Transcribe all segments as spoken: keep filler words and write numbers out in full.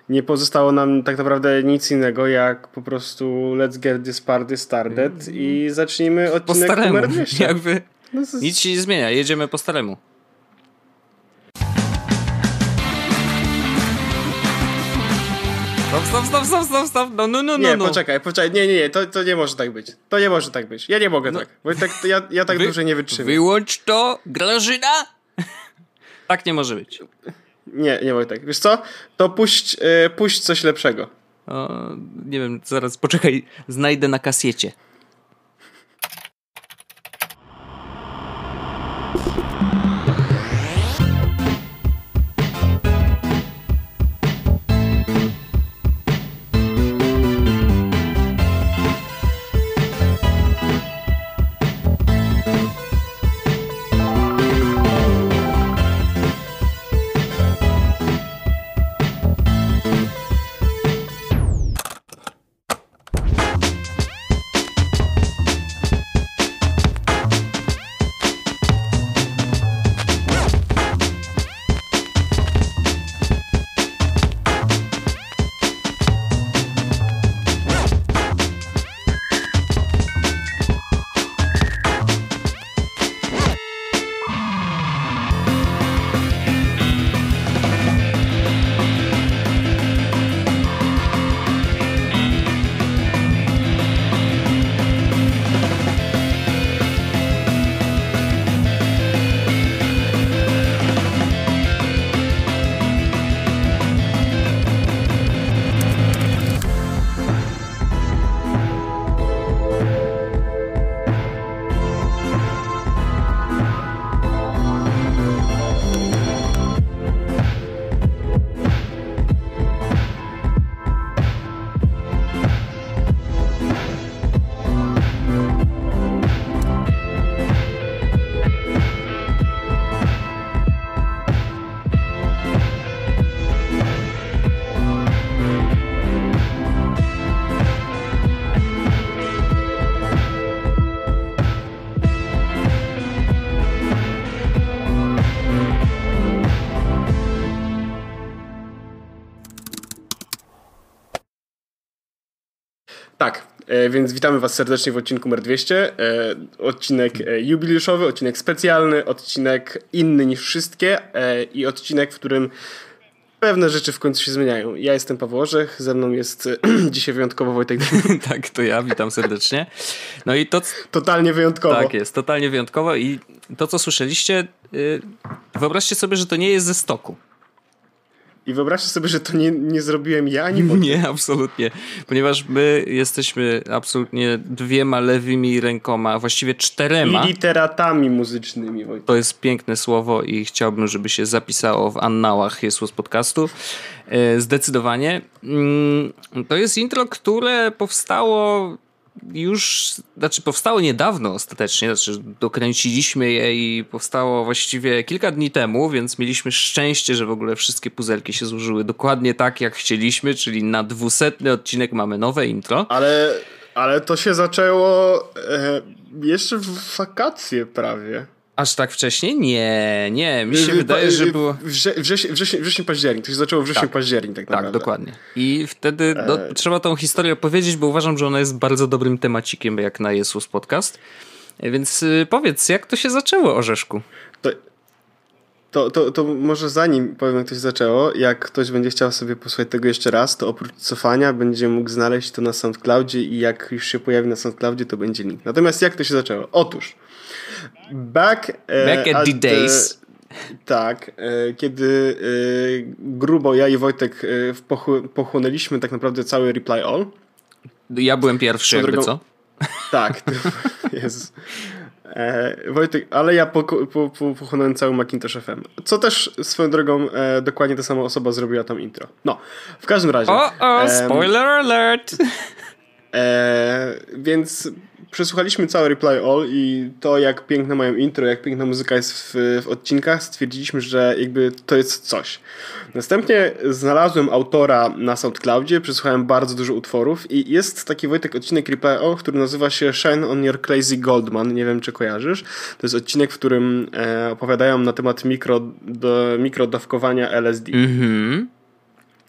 nie pozostało nam tak naprawdę nic innego, jak po prostu let's get this party started mm. i zacznijmy odcinek numer dwieście. Jakby no to... Nic się nie zmienia, jedziemy po staremu. Stop, stop, stop, stop, stop, stop, no, no, no, nie, no. poczekaj, poczekaj, nie, nie, nie, to, to nie może tak być. To nie może tak być. Ja nie mogę no. tak, bo tak, ja, ja tak Wy, dłużej nie wytrzymam. Wyłącz to, Grażyna! Tak nie może być. Nie, nie mogę tak. Wiesz co? To puść, yy, puść coś lepszego. O, nie wiem, zaraz, poczekaj, znajdę na kasecie. Tak, e, więc witamy was serdecznie w odcinku numer dwieście. E, odcinek e, jubileuszowy, odcinek specjalny, odcinek inny niż wszystkie e, i odcinek, w którym pewne rzeczy w końcu się zmieniają. Ja jestem Paweł Orzech, ze mną jest e, dzisiaj wyjątkowo Wojtek. Tak, to ja, witam serdecznie. No i to... Totalnie wyjątkowo. Tak jest, totalnie wyjątkowo i to, co słyszeliście, yy, wyobraźcie sobie, że to nie jest ze stoku. I wyobraźcie sobie, że to nie, nie zrobiłem ja, ani Wojtek. Nie, absolutnie. Ponieważ my jesteśmy absolutnie dwiema lewymi rękoma, właściwie czterema. I literatami muzycznymi, Wojtek. To jest piękne słowo i chciałbym, żeby się zapisało w annałach Jesus Podcastu. E, zdecydowanie. Mm, to jest intro, które powstało już, znaczy powstało niedawno ostatecznie, znaczy dokręciliśmy je i powstało właściwie kilka dni temu, więc mieliśmy szczęście, że w ogóle wszystkie puzelki się złożyły dokładnie tak, jak chcieliśmy, czyli na dwusetny odcinek mamy nowe intro. Ale, ale to się zaczęło e, jeszcze w wakacje prawie. Aż tak wcześnie? Nie, nie. Mi się w, wydaje, że było... Wrze, wrzesień, wrzesień, wrzesień, październik. To się zaczęło wrzesień, tak, październik tak naprawdę. Tak, dokładnie. I wtedy no, e... trzeba tą historię opowiedzieć, bo uważam, że ona jest bardzo dobrym temacikiem, jak na Jesus Podcast. Więc y, powiedz, jak to się zaczęło, Orzeszku? To, to, to, to może zanim powiem, jak to się zaczęło, jak ktoś będzie chciał sobie posłuchać tego jeszcze raz, to oprócz cofania będzie mógł znaleźć to na SoundCloudzie i jak już się pojawi na SoundCloudzie, to będzie link. Natomiast jak to się zaczęło? Otóż Back, Back at, at the days. Tak, e, kiedy e, grubo ja i Wojtek e, pochł- pochłonęliśmy tak naprawdę cały Reply All. Ja byłem pierwszy, jakby drogą... co? Tak, jest. E, Wojtek, ale ja po, po, po, pochłonąłem cały Macintosh F M. Co też swoją drogą e, dokładnie ta sama osoba zrobiła tam intro. No, w każdym razie. O, o, e, spoiler alert! E, więc przesłuchaliśmy cały Reply All i to, jak piękne mają intro, jak piękna muzyka jest w, w odcinkach, stwierdziliśmy, że jakby to jest coś. Następnie znalazłem autora na SoundCloudzie, przesłuchałem bardzo dużo utworów i jest taki, Wojtek, odcinek Reply All, który nazywa się Shine on Your Crazy Goldman. Nie wiem, czy kojarzysz. To jest odcinek, w którym e, opowiadają na temat mikro, do, mikrodawkowania L S D. Mhm.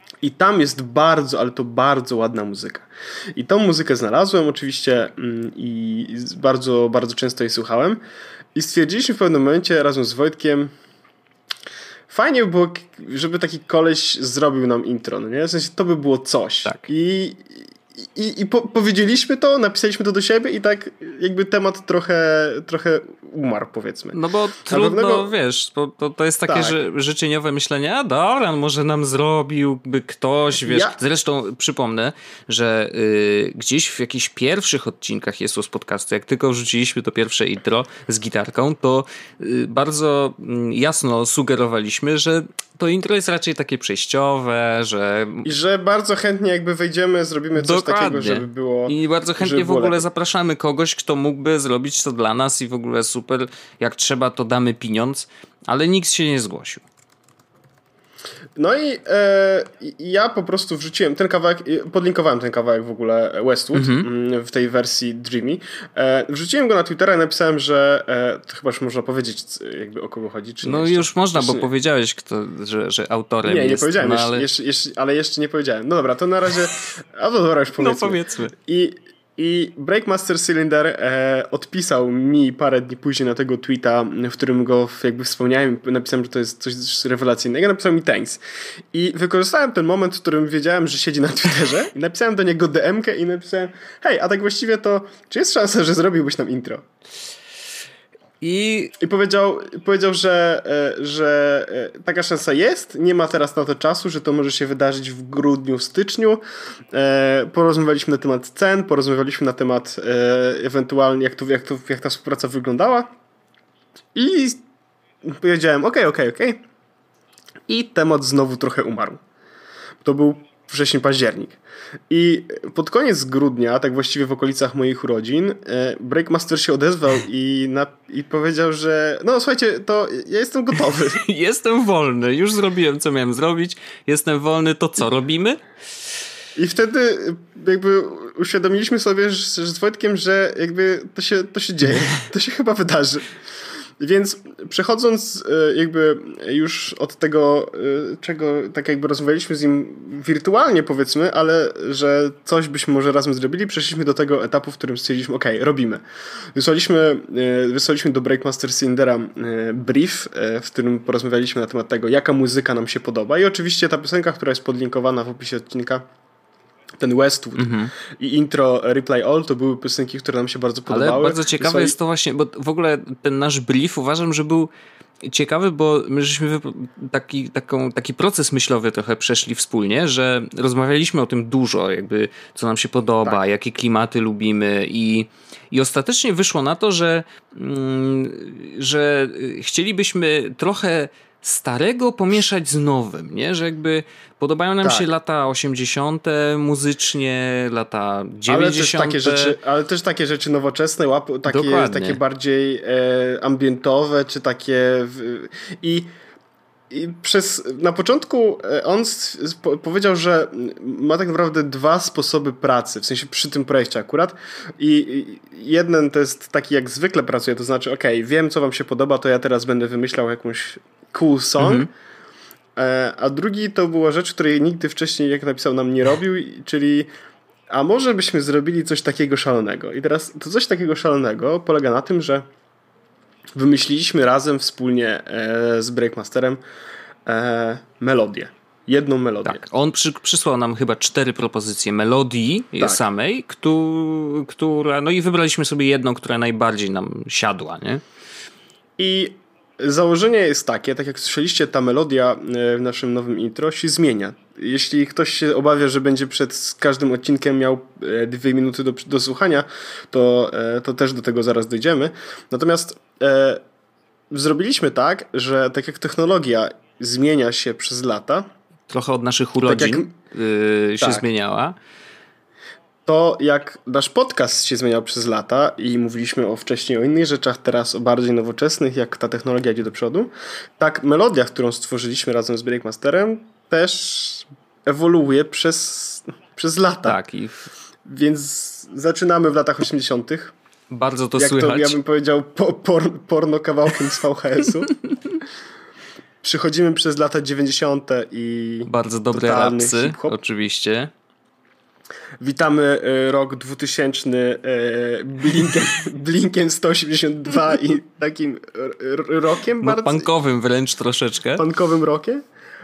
I tam jest bardzo, ale to bardzo ładna muzyka. I tą muzykę znalazłem oczywiście mm, i bardzo, bardzo często jej słuchałem. I stwierdziliśmy w pewnym momencie razem z Wojtkiem, fajnie by było, żeby taki koleś zrobił nam intro, no nie? W sensie to by było coś. Tak. I, i, i po, powiedzieliśmy to, napisaliśmy to do siebie i tak jakby temat trochę, trochę umarł, powiedzmy. No bo trudno, pewnego... wiesz, bo to, to jest takie tak. że, życzeniowe myślenie, a dobra, może nam zrobiłby ktoś, wiesz. Ja... Zresztą przypomnę, że y, gdzieś w jakichś pierwszych odcinkach Jesus Podcastu, jak tylko wrzuciliśmy to pierwsze intro z gitarką, to y, bardzo y, jasno sugerowaliśmy, że to intro jest raczej takie przejściowe, że... I że bardzo chętnie jakby wejdziemy, zrobimy coś Dokładnie. takiego, żeby było... I bardzo chętnie w ogóle lepiej. zapraszamy kogoś, kto mógłby zrobić to dla nas i w ogóle super, jak trzeba, to damy pieniądz, ale nikt się nie zgłosił. No i e, ja po prostu wrzuciłem ten kawałek, podlinkowałem ten kawałek w ogóle Westwood mm-hmm. w tej wersji Dreamy. E, wrzuciłem go na Twittera i napisałem, że e, to chyba już można powiedzieć jakby o kogo chodzi. Czy nie no jeszcze? już można, bo nie. powiedziałeś, kto, że, że autorem nie, nie jest. powiedziałem, no, jeszcze, ale... Jeszcze, jeszcze, ale jeszcze nie powiedziałem. No dobra, to na razie, a no dobra, już powiedzmy. No powiedzmy. I I Breakmaster Cylinder e, odpisał mi parę dni później na tego tweeta, w którym go jakby wspomniałem, napisałem, że to jest coś rewelacyjnego, napisał mi thanks. I wykorzystałem ten moment, w którym wiedziałem, że siedzi na Twitterze i napisałem do niego D M-kę i napisałem, hej, a tak właściwie to, czy jest szansa, że zrobiłbyś nam intro? I, I powiedział, powiedział że, że taka szansa jest, nie ma teraz na to czasu, że to może się wydarzyć w grudniu, w styczniu. Porozmawialiśmy na temat cen, porozmawialiśmy na temat ewentualnie jak, to, jak, to, jak ta współpraca wyglądała i powiedziałem okej, okej, okej. I temat znowu trochę umarł. To był wrzesień, październik. I pod koniec grudnia, tak właściwie w okolicach moich urodzin, Breakmaster się odezwał i, na, i powiedział, że no słuchajcie, to ja jestem gotowy. Jestem wolny, już zrobiłem co miałem zrobić, jestem wolny, to co, robimy? I wtedy jakby uświadomiliśmy sobie że, że z Wojtkiem, że jakby to się, to się dzieje, to się chyba wydarzy. Więc przechodząc jakby już od tego, czego tak jakby rozmawialiśmy z nim wirtualnie powiedzmy, ale że coś byśmy może razem zrobili, przeszliśmy do tego etapu, w którym stwierdziliśmy, okej, okay, robimy. Wysłaliśmy, wysłaliśmy do Breakmaster Cylindera brief, w którym porozmawialiśmy na temat tego, jaka muzyka nam się podoba i oczywiście ta piosenka, która jest podlinkowana w opisie odcinka, ten Westwood mm-hmm. i intro Reply All to były piosenki, które nam się bardzo podobały. Ale bardzo ciekawe Wysłali... jest to właśnie, bo w ogóle ten nasz brief uważam, że był ciekawy, bo my żeśmy taki, taką, taki proces myślowy trochę przeszli wspólnie, że rozmawialiśmy o tym dużo, jakby co nam się podoba, tak. jakie klimaty lubimy i, i ostatecznie wyszło na to, że, mm, że chcielibyśmy trochę starego pomieszać z nowym, nie? Że jakby podobają nam tak. się lata osiemdziesiąte muzycznie, lata dziewięćdziesiąte. Ale też takie rzeczy, ale też takie rzeczy nowoczesne, łap, takie, takie bardziej e, ambientowe, czy takie w, i I przez, na początku on sp- powiedział, że ma tak naprawdę dwa sposoby pracy, w sensie przy tym projekcie akurat. I, i jeden to jest taki, jak zwykle pracuje, to znaczy, okej, okay, wiem, co wam się podoba, to ja teraz będę wymyślał jakąś cool song. Mm-hmm. E, a drugi to była rzecz, której nigdy wcześniej, jak napisał, nam nie robił, czyli a może byśmy zrobili coś takiego szalonego. I teraz to coś takiego szalonego polega na tym, że wymyśliliśmy razem wspólnie e, z Breakmasterem e, melodię. Jedną melodię. Tak, on przy, przysłał nam chyba cztery propozycje melodii tak. samej, któ, która, no i wybraliśmy sobie jedną, która najbardziej nam siadła, nie? I założenie jest takie, tak jak słyszeliście, ta melodia w naszym nowym intro się zmienia. Jeśli ktoś się obawia, że będzie przed każdym odcinkiem miał dwie minuty do, do słuchania, to, to też do tego zaraz dojdziemy. Natomiast e, zrobiliśmy tak, że tak jak technologia zmienia się przez lata, trochę od naszych urodzin tak jak, yy, się tak. zmieniała, to jak nasz podcast się zmieniał przez lata i mówiliśmy o wcześniej o innych rzeczach, teraz o bardziej nowoczesnych, jak ta technologia idzie do przodu, tak melodia, którą stworzyliśmy razem z Breakmasterem, też ewoluuje przez, przez lata. Tak. I... Więc zaczynamy w latach osiemdziesiątych. Bardzo to jak słychać. To, ja bym powiedział, po, por, porno kawałkiem z V H S-u. Przechodzimy przez lata dziewięćdziesiąte i bardzo dobre rapsy, hip-hop. Oczywiście. Witamy y, rok dwutysięczny y, Blinkiem, Blinkiem sto osiemdziesiąt dwa i takim r- rokiem no, bardzo... punkowym wręcz troszeczkę. Punkowym rokiem.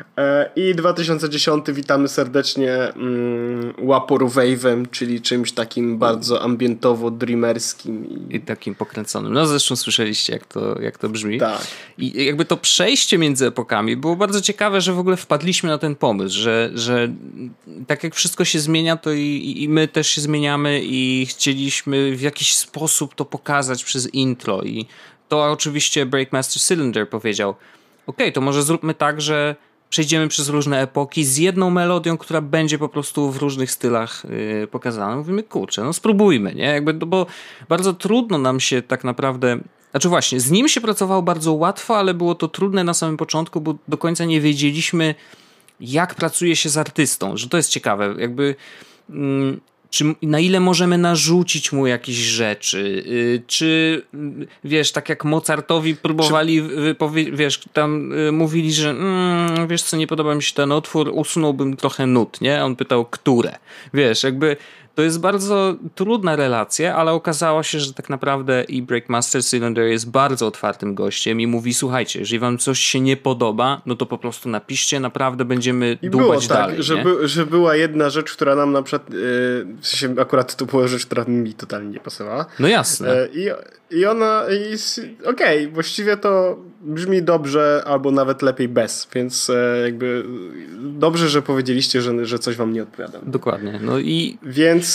I dwa tysiące dziesiąty witamy serdecznie mm, Wapor Wave'em, czyli czymś takim bardzo ambientowo dreamerskim. I... I takim pokręconym. No zresztą słyszeliście, jak to, jak to brzmi. Tak. I jakby to przejście między epokami było bardzo ciekawe, że w ogóle wpadliśmy na ten pomysł, że, że tak jak wszystko się zmienia, to i, i my też się zmieniamy i chcieliśmy w jakiś sposób to pokazać przez intro. I to oczywiście Breakmaster Cylinder powiedział, okej, to może zróbmy tak, że przejdziemy przez różne epoki z jedną melodią, która będzie po prostu w różnych stylach yy, pokazana. Mówimy, kurczę, no spróbujmy, nie? Jakby, no bo bardzo trudno nam się tak naprawdę... Znaczy właśnie, z nim się pracowało bardzo łatwo, ale było to trudne na samym początku, bo do końca nie wiedzieliśmy, jak pracuje się z artystą, że to jest ciekawe. Jakby... Yy, czy na ile możemy narzucić mu jakieś rzeczy, yy, czy wiesz, tak jak Mozartowi próbowali, czy... wypowie- wiesz, tam yy, mówili, że mm, wiesz co, nie podoba mi się ten utwór, usunąłbym trochę nut, nie? On pytał, które? Wiesz, jakby to jest bardzo trudna relacja, ale okazało się, że tak naprawdę i Breakmaster Cylinder jest bardzo otwartym gościem i mówi, słuchajcie, jeżeli wam coś się nie podoba, no to po prostu napiszcie, naprawdę będziemy I dłubać było tak, dalej. Że, by, że była jedna rzecz, która nam na przykład, yy, w sensie akurat to była rzecz, która mi totalnie nie pasowała. No jasne. Yy, I, i ona, okej, okay, właściwie to brzmi dobrze, albo nawet lepiej bez, więc yy, jakby dobrze, że powiedzieliście, że, że coś wam nie odpowiada. Dokładnie, no i... Więc...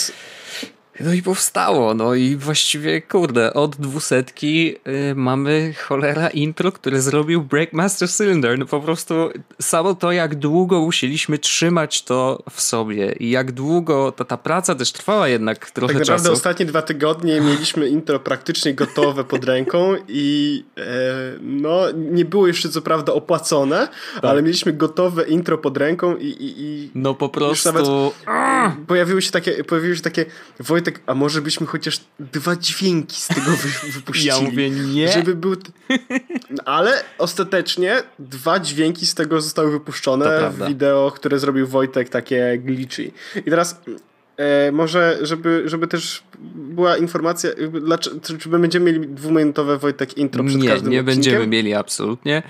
No i powstało, no i właściwie, kurde, od dwusetki yy, mamy cholera intro, które zrobił Breakmaster Cylinder. No po prostu samo to, jak długo musieliśmy trzymać to w sobie i jak długo ta, ta praca też trwała jednak trochę tak naprawdę czasu. Ostatnie dwa tygodnie mieliśmy intro praktycznie gotowe pod ręką i e, no nie było jeszcze co prawda opłacone, tak. ale mieliśmy gotowe intro pod ręką i... i, i no po prostu... Pojawiły się takie, pojawiły się takie Wojtek, a może byśmy chociaż dwa dźwięki z tego wy, wypuścili? Ja mówię nie. Żeby był... Ale ostatecznie dwa dźwięki z tego zostały wypuszczone w wideo, które zrobił Wojtek, takie glitchy. I teraz e, może, żeby, żeby też była informacja, dlaczego, czy będziemy mieli dwuminutowe Wojtek intro przed nie, każdym nie odcinkiem? będziemy mieli absolutnie.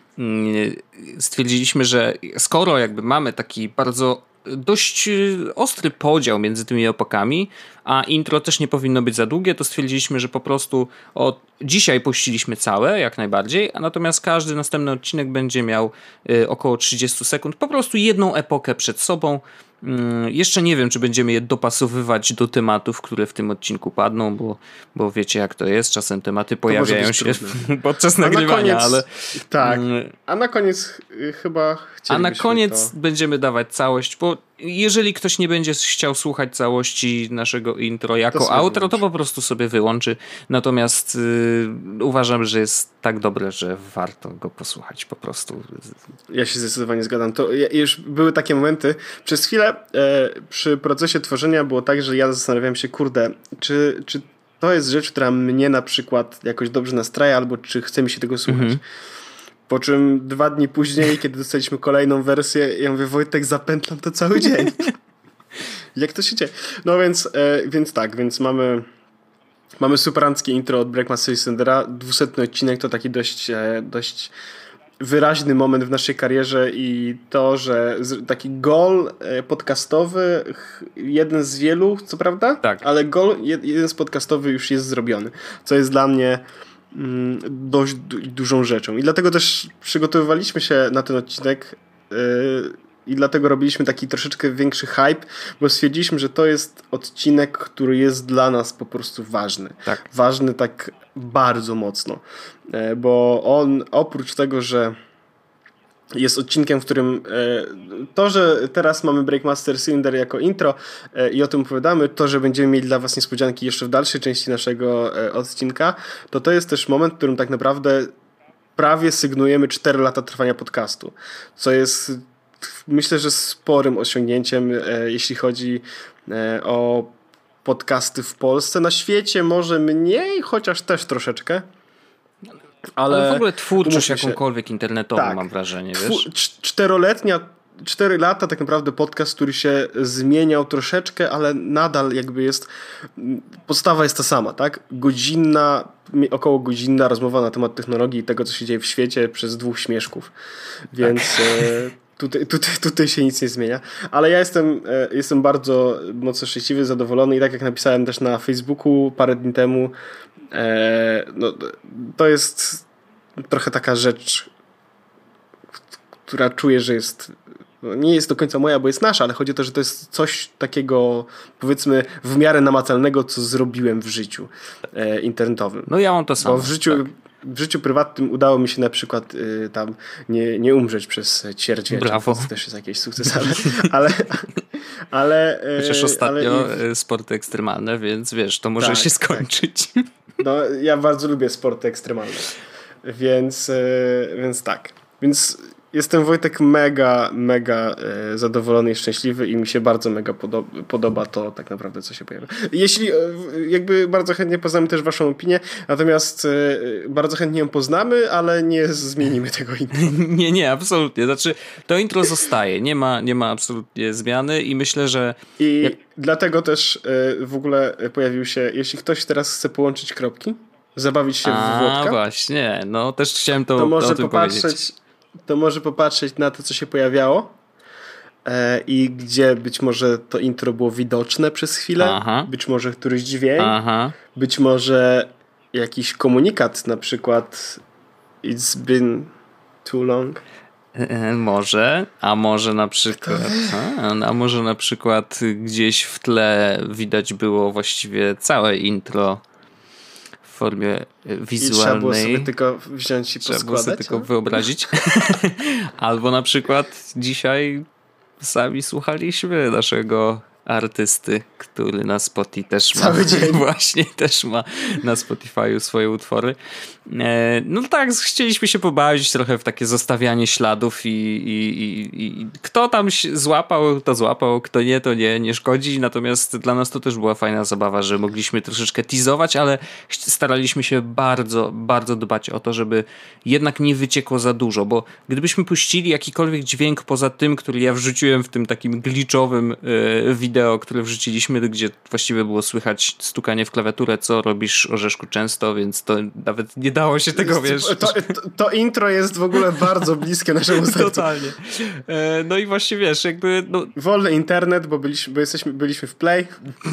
Stwierdziliśmy, że skoro jakby mamy taki bardzo dość ostry podział między tymi epokami, a intro też nie powinno być za długie, to stwierdziliśmy, że po prostu od dzisiaj puściliśmy całe, jak najbardziej, a natomiast każdy następny odcinek będzie miał y, około trzydzieści sekund, po prostu jedną epokę przed sobą. Y, jeszcze nie wiem, czy będziemy je dopasowywać do tematów, które w tym odcinku padną, bo, bo wiecie jak to jest, czasem tematy pojawiają się podczas nagrywania, na koniec, ale... Tak, a na koniec chyba A na koniec to... będziemy dawać całość, bo jeżeli ktoś nie będzie chciał słuchać całości naszego intro jako to outro, wyłączy. To po prostu sobie wyłączy. Natomiast yy, uważam, że jest tak dobre, że warto go posłuchać po prostu. Ja się zdecydowanie zgadzam. To ja, już były takie momenty. Przez chwilę e, przy procesie tworzenia było tak, że ja zastanawiałem się, kurde, czy, czy to jest rzecz, która mnie na przykład jakoś dobrze nastraja, albo czy chce mi się tego słuchać. Mhm. Po czym dwa dni później, kiedy dostaliśmy kolejną wersję, ja mówię, Wojtek, zapętlam to cały dzień. Jak to się dzieje? No więc, e, więc tak, więc mamy mamy superanckie intro od Breakmaster Cylindera. Dwusetny odcinek to taki dość, e, dość wyraźny moment w naszej karierze i to, że taki goal podcastowy, jeden z wielu, co prawda? Tak. Ale goal, jeden z podcastowy już jest zrobiony, co jest dla mnie dość dużą rzeczą. I dlatego też przygotowywaliśmy się na ten odcinek yy, i dlatego robiliśmy taki troszeczkę większy hype, bo stwierdziliśmy, że to jest odcinek, który jest dla nas po prostu ważny. Tak. Ważny tak bardzo mocno. Yy, bo on oprócz tego, że jest odcinkiem, w którym e, to, że teraz mamy Breakmaster Cylinder jako intro e, i o tym opowiadamy, to, że będziemy mieli dla was niespodzianki jeszcze w dalszej części naszego e, odcinka, to to jest też moment, w którym tak naprawdę prawie sygnujemy cztery lata trwania podcastu, co jest myślę, że sporym osiągnięciem, e, jeśli chodzi e, o podcasty w Polsce. Na świecie może mniej, chociaż też troszeczkę. Ale, ale w ogóle twórczość umówmy się, jakąkolwiek internetową tak, mam wrażenie, Twu- wiesz? cz- czteroletnia, cztery lata tak naprawdę podcast, który się zmieniał troszeczkę, ale nadal jakby jest, podstawa jest ta sama, tak? Godzinna, mi- około godzinna rozmowa na temat technologii i tego, co się dzieje w świecie przez dwóch śmieszków. Więc e, tutaj, tutaj, tutaj się nic nie zmienia. Ale ja jestem, e, jestem bardzo mocno szczęśliwy, zadowolony i tak jak napisałem też na Facebooku parę dni temu, e, no, to jest trochę taka rzecz, która czuję, że jest, no nie jest do końca moja, bo jest nasza, ale chodzi o to, że to jest coś takiego, powiedzmy, w miarę namacalnego, co zrobiłem w życiu e, internetowym. No ja mam to samo. Bo w życiu, tak. w życiu prywatnym udało mi się na przykład y, tam nie, nie umrzeć przez ćwierćwiecz. Brawo. To też jest jakiś sukces, ale... ale, ale y, Chociaż ostatnio ale i... sporty ekstremalne, więc wiesz, to może Tak, się skończyć. Tak. No, ja bardzo lubię sporty ekstremalne. Więc, y, więc tak. Więc jestem, Wojtek, mega, mega e, zadowolony i szczęśliwy i mi się bardzo mega podoba, podoba to tak naprawdę, co się pojawia. Jeśli e, jakby bardzo chętnie poznamy też waszą opinię, natomiast e, bardzo chętnie ją poznamy, ale nie zmienimy tego intro. Nie, nie, absolutnie. Znaczy, to intro zostaje. Nie ma, nie ma absolutnie zmiany i myślę, że... I jak... dlatego też e, w ogóle pojawił się, jeśli ktoś teraz chce połączyć kropki, zabawić się A, w Włodka, właśnie. No, też chciałem to, to może to o tym popatrzeć powiedzieć. to może popatrzeć na to, co się pojawiało e, i gdzie być może to intro było widoczne przez chwilę, Aha. być może któryś dźwięk, Aha. być może jakiś komunikat, na przykład It's been too long. E, Może, a może na przykład, a, a może na przykład gdzieś w tle widać było właściwie całe intro w formie wizualnej. I trzeba było sobie tylko wziąć i Trzeba poskładać. było sobie tylko no? wyobrazić. Albo na przykład dzisiaj sami słuchaliśmy naszego artysty, który na Spotify też ma Cały dzień. właśnie też ma na Spotify'u swoje utwory. E, no tak, chcieliśmy się pobawić trochę w takie zostawianie śladów i, i, i, i kto tam się złapał, to złapał, kto nie, to nie, nie szkodzi. Natomiast dla nas to też była fajna zabawa, że mogliśmy troszeczkę teasować, ale staraliśmy się bardzo, bardzo dbać o to, żeby jednak nie wyciekło za dużo, bo gdybyśmy puścili jakikolwiek dźwięk poza tym, który ja wrzuciłem w tym takim glitchowym e, wideo, które wrzuciliśmy, gdzie właściwie było słychać stukanie w klawiaturę, co robisz, Orzeszku, często, więc to nawet nie dało się tego, wiesz... To, to, to intro jest w ogóle bardzo bliskie naszemu sercu. Totalnie. E, no i właśnie, wiesz, jakby... No... Wolny internet, bo, byliśmy, bo jesteśmy, byliśmy w play.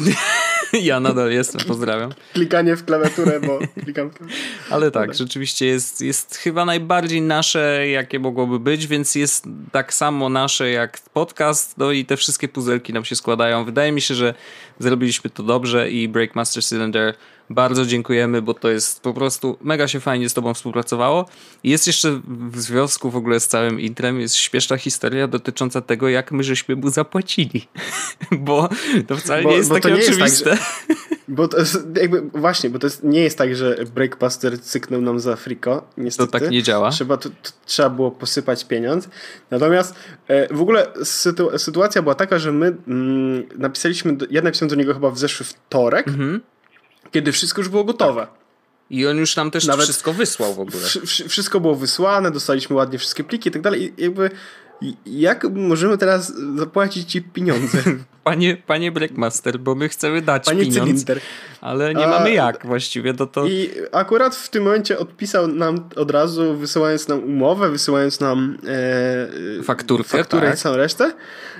Ja nadal jestem, pozdrawiam. Klikanie w klawiaturę, bo klikam w klawiaturę. Ale tak, rzeczywiście jest, jest chyba najbardziej nasze, jakie mogłoby być, więc jest tak samo nasze jak podcast, no i te wszystkie puzelki nam się składają. Wydaje mi się, że zrobiliśmy to dobrze i Breakmaster Cylinder bardzo dziękujemy, bo to jest po prostu mega się fajnie z tobą współpracowało. I jest jeszcze w związku w ogóle z całym intrem jest śmieszna historia dotycząca tego, jak my żeśmy mu zapłacili. Bo to wcale Bo- nie jest bo to takie nie jest tak, oczywiste. że- Bo to jest jakby, właśnie, bo to jest, nie jest tak, że Breakbuster cyknął nam za friko, niestety. To tak nie działa. Trzeba, to, to, trzeba było posypać pieniądz. Natomiast e, w ogóle sytu, sytuacja była taka, że my mm, napisaliśmy, do, ja napisałem do niego chyba w zeszły wtorek, Mhm. kiedy wszystko już było gotowe. I on już nam też Nawet- wszystko wysłał w ogóle. Wsz- wsz- wszystko było wysłane, dostaliśmy ładnie wszystkie pliki i tak dalej. I jakby, i- jak możemy teraz zapłacić ci pieniądze? Panie, panie Breakmaster, bo my chcemy dać Panie pieniądz, Cylinder. ale nie A- mamy jak właściwie. No to... I akurat w tym momencie odpisał nam od razu, wysyłając nam umowę, wysyłając nam e, Fakturkę, fakturę tak. i całą resztę.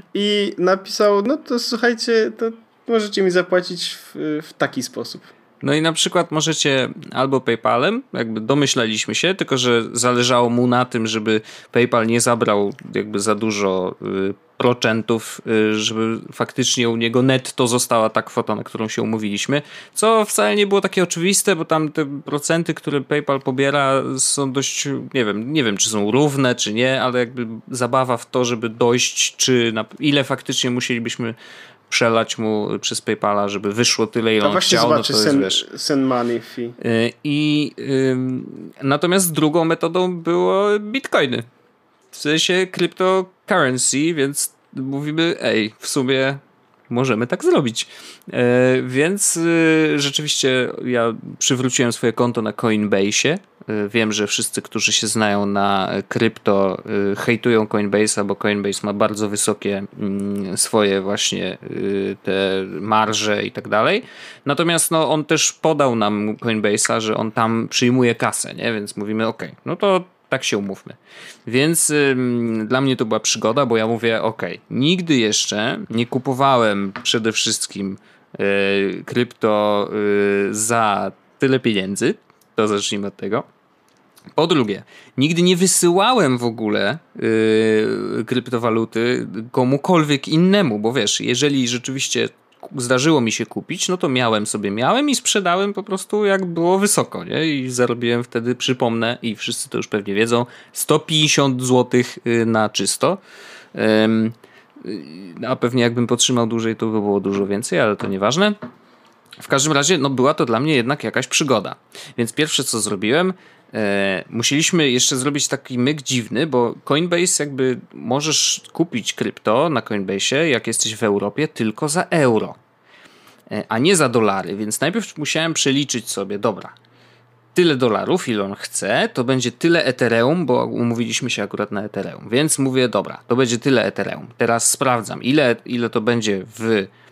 I napisał, no to słuchajcie, to możecie mi zapłacić w, w taki sposób. No i na przykład możecie albo PayPalem, jakby domyślaliśmy się, tylko że zależało mu na tym, żeby PayPal nie zabrał jakby za dużo y, procentów, y, żeby faktycznie u niego netto została ta kwota, na którą się umówiliśmy, co wcale nie było takie oczywiste, bo tam te procenty, które PayPal pobiera, są dość, nie wiem, nie wiem czy są równe, czy nie, ale jakby zabawa w to, żeby dojść, czy na ile faktycznie musielibyśmy przelać mu przez PayPala, żeby wyszło tyle, ile A on właśnie chciał, no zobaczy to jest, send, wiesz... send money fee. Y, I ym, natomiast drugą metodą było bitcoiny. W sensie cryptocurrency, więc mówimy, ej, w sumie możemy tak zrobić. E, więc y, rzeczywiście ja przywróciłem swoje konto na Coinbase'ie, wiem, że wszyscy, którzy się znają na krypto, hejtują Coinbase'a, bo Coinbase ma bardzo wysokie swoje właśnie te marże i tak dalej. Natomiast no, on też podał nam Coinbase'a, że on tam przyjmuje kasę, nie? Więc mówimy, ok, no to tak się umówmy. Więc ym, dla mnie to była przygoda, bo ja mówię, ok, nigdy jeszcze nie kupowałem przede wszystkim y, krypto y, za tyle pieniędzy. To zacznijmy od tego. Po drugie, nigdy nie wysyłałem w ogóle yy, kryptowaluty komukolwiek innemu, bo wiesz, jeżeli rzeczywiście zdarzyło mi się kupić, no to miałem sobie, miałem i sprzedałem po prostu jak było wysoko, nie? I zarobiłem wtedy, przypomnę, i wszyscy to już pewnie wiedzą, sto pięćdziesiąt złotych na czysto. Ym, a pewnie jakbym potrzymał dłużej, to by było dużo więcej, ale to nieważne. W każdym razie, no była to dla mnie jednak jakaś przygoda. Więc pierwsze co zrobiłem, e, musieliśmy jeszcze zrobić taki myk dziwny, bo Coinbase jakby możesz kupić krypto na Coinbase'ie, jak jesteś w Europie, tylko za euro, e, a nie za dolary. Więc najpierw musiałem przeliczyć sobie, dobra, tyle dolarów, ile on chce, to będzie tyle Ethereum, bo umówiliśmy się akurat na Ethereum. Więc mówię, dobra, to będzie tyle Ethereum. Teraz sprawdzam, ile, ile to będzie w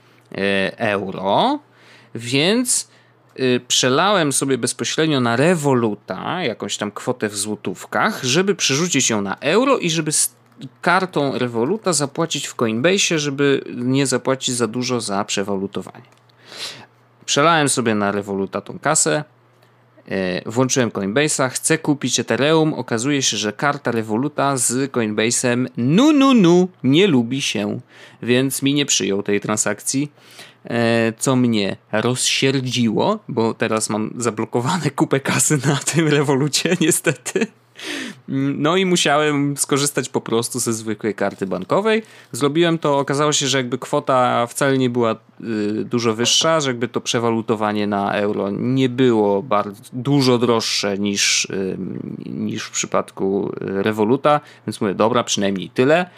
e, euro. Więc y, przelałem sobie bezpośrednio na Revoluta jakąś tam kwotę w złotówkach, żeby przerzucić ją na euro i żeby z kartą Revoluta zapłacić w Coinbase'ie, żeby nie zapłacić za dużo za przewalutowanie. Przelałem sobie na Revoluta tą kasę, y, włączyłem Coinbase'a, chcę kupić Ethereum, okazuje się, że karta Revoluta z Coinbase'em nu nu nu nie lubi się, więc mi nie przyjął tej transakcji. Co mnie rozsierdziło, bo teraz mam zablokowane kupę kasy na tym Revolucie niestety. No i musiałem skorzystać po prostu ze zwykłej karty bankowej. Zrobiłem to, okazało się, że jakby kwota wcale nie była y, dużo wyższa, że jakby to przewalutowanie na euro nie było bardzo dużo droższe niż, y, niż w przypadku Revoluta, więc mówię, dobra, przynajmniej tyle.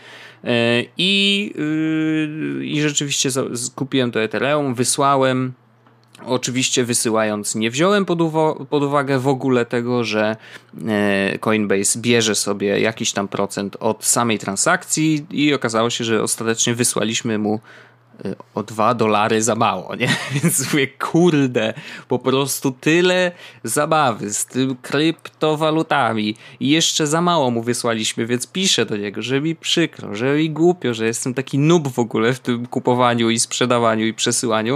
I, yy, i rzeczywiście kupiłem to Ethereum, wysłałem. Oczywiście wysyłając nie wziąłem pod, uwo- pod uwagę w ogóle tego, że e, Coinbase bierze sobie jakiś tam procent od samej transakcji i okazało się, że ostatecznie wysłaliśmy mu e, o dwa dolary za mało, nie? Więc mówię, kurde, po prostu tyle zabawy z tym kryptowalutami i jeszcze za mało mu wysłaliśmy, więc piszę do niego, że mi przykro, że mi głupio, że jestem taki noob w ogóle w tym kupowaniu i sprzedawaniu i przesyłaniu.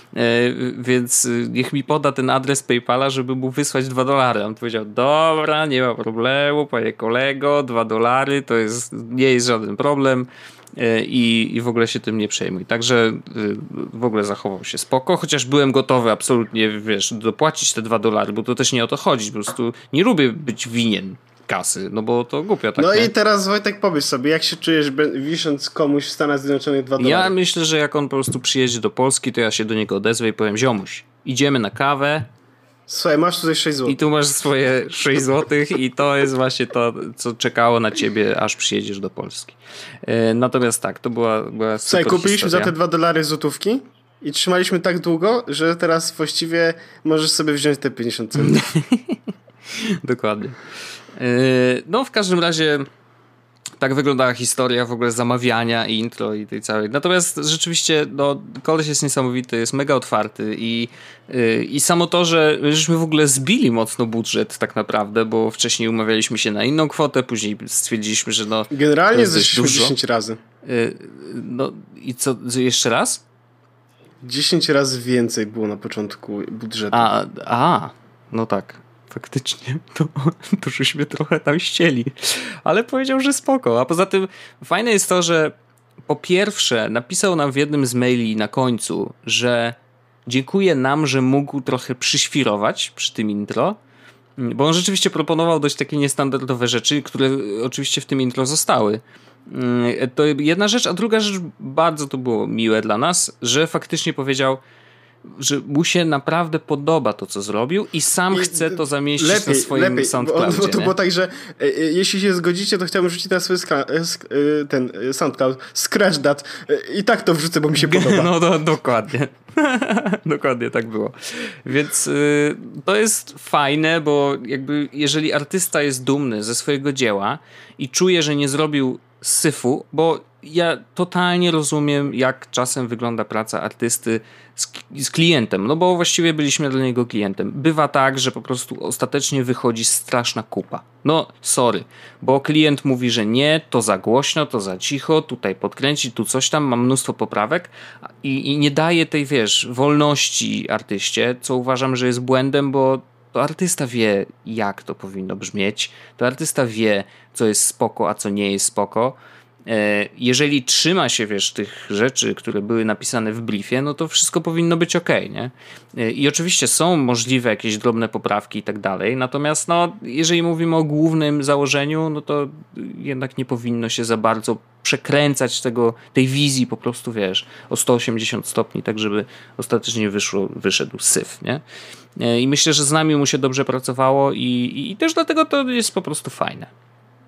Więc niech mi poda ten adres PayPala, żeby mu wysłać dwa dolary. On powiedział, dobra, nie ma problemu, panie kolego, dwa dolary to jest, nie jest żaden problem i, i w ogóle się tym nie przejmuj. Także w ogóle zachował się spoko, chociaż byłem gotowy absolutnie, wiesz, dopłacić te dwa dolary, bo to też nie o to chodzi, po prostu nie lubię być winien kasy, no bo to głupio tak. No nie? I teraz Wojtek, pomyśl sobie, jak się czujesz wisząc komuś w Stanach Zjednoczonych dwa dolary? Ja myślę, że jak on po prostu przyjedzie do Polski, to ja się do niego odezwę i powiem, ziomuś, idziemy na kawę. Słuchaj, masz tutaj sześć złotych. I tu masz swoje sześć złotych i to jest właśnie to, co czekało na ciebie, aż przyjedziesz do Polski. E, natomiast tak, to była, była super Słuchaj, kupiliśmy historia. za te dwa dolary złotówki i trzymaliśmy tak długo, że teraz właściwie możesz sobie wziąć te pięćdziesiąt centów. Dokładnie. No w każdym razie tak wyglądała historia w ogóle zamawiania i intro i tej całej. Natomiast rzeczywiście no, koleś jest niesamowity, jest mega otwarty i, yy, i samo to, że żeśmy w ogóle zbili mocno budżet tak naprawdę, bo wcześniej umawialiśmy się na inną kwotę, później stwierdziliśmy, że no generalnie zeszliśmy dziesięć razy. Yy, no i co, jeszcze raz? dziesięć razy więcej było na początku budżetu. A, a no tak. Faktycznie, to, to żeśmy trochę tam ścieli. Ale powiedział, że spoko. A poza tym fajne jest to, że po pierwsze napisał nam w jednym z maili na końcu, że dziękuję nam, że mógł trochę przyświrować przy tym intro, bo on rzeczywiście proponował dość takie niestandardowe rzeczy, które oczywiście w tym intro zostały. To jedna rzecz, a druga rzecz, bardzo to było miłe dla nas, że faktycznie powiedział, że mu się naprawdę podoba to, co zrobił i sam I chce to zamieścić lepiej, na swoim lepiej, SoundCloudzie. Bo, bo to było tak, że e, jeśli się zgodzicie, to chciałbym rzucić na swój skra- e, ten SoundCloud, scratch that e, i tak to wrzucę, bo mi się podoba. No, no dokładnie. Dokładnie tak było. Więc y, to jest fajne, bo jakby jeżeli artysta jest dumny ze swojego dzieła i czuje, że nie zrobił syfu, bo ja totalnie rozumiem, jak czasem wygląda praca artysty z, z klientem, no bo właściwie byliśmy dla niego klientem. Bywa tak, że po prostu ostatecznie wychodzi straszna kupa. No sorry, bo klient mówi, że nie, to za głośno, to za cicho, tutaj podkręci, tu coś tam, ma mnóstwo poprawek i, i nie daje tej, wiesz, wolności artyście, co uważam, że jest błędem, bo to artysta wie, jak to powinno brzmieć, to artysta wie, co jest spoko, a co nie jest spoko. Jeżeli trzyma się, wiesz, tych rzeczy, które były napisane w briefie, no to wszystko powinno być okej, nie? I oczywiście są możliwe jakieś drobne poprawki i tak dalej, natomiast no, jeżeli mówimy o głównym założeniu, no to jednak nie powinno się za bardzo przekręcać tego, tej wizji po prostu, wiesz, o sto osiemdziesiąt stopni, tak żeby ostatecznie wyszło, wyszedł syf, nie? I myślę, że z nami mu się dobrze pracowało i, i też dlatego to jest po prostu fajne.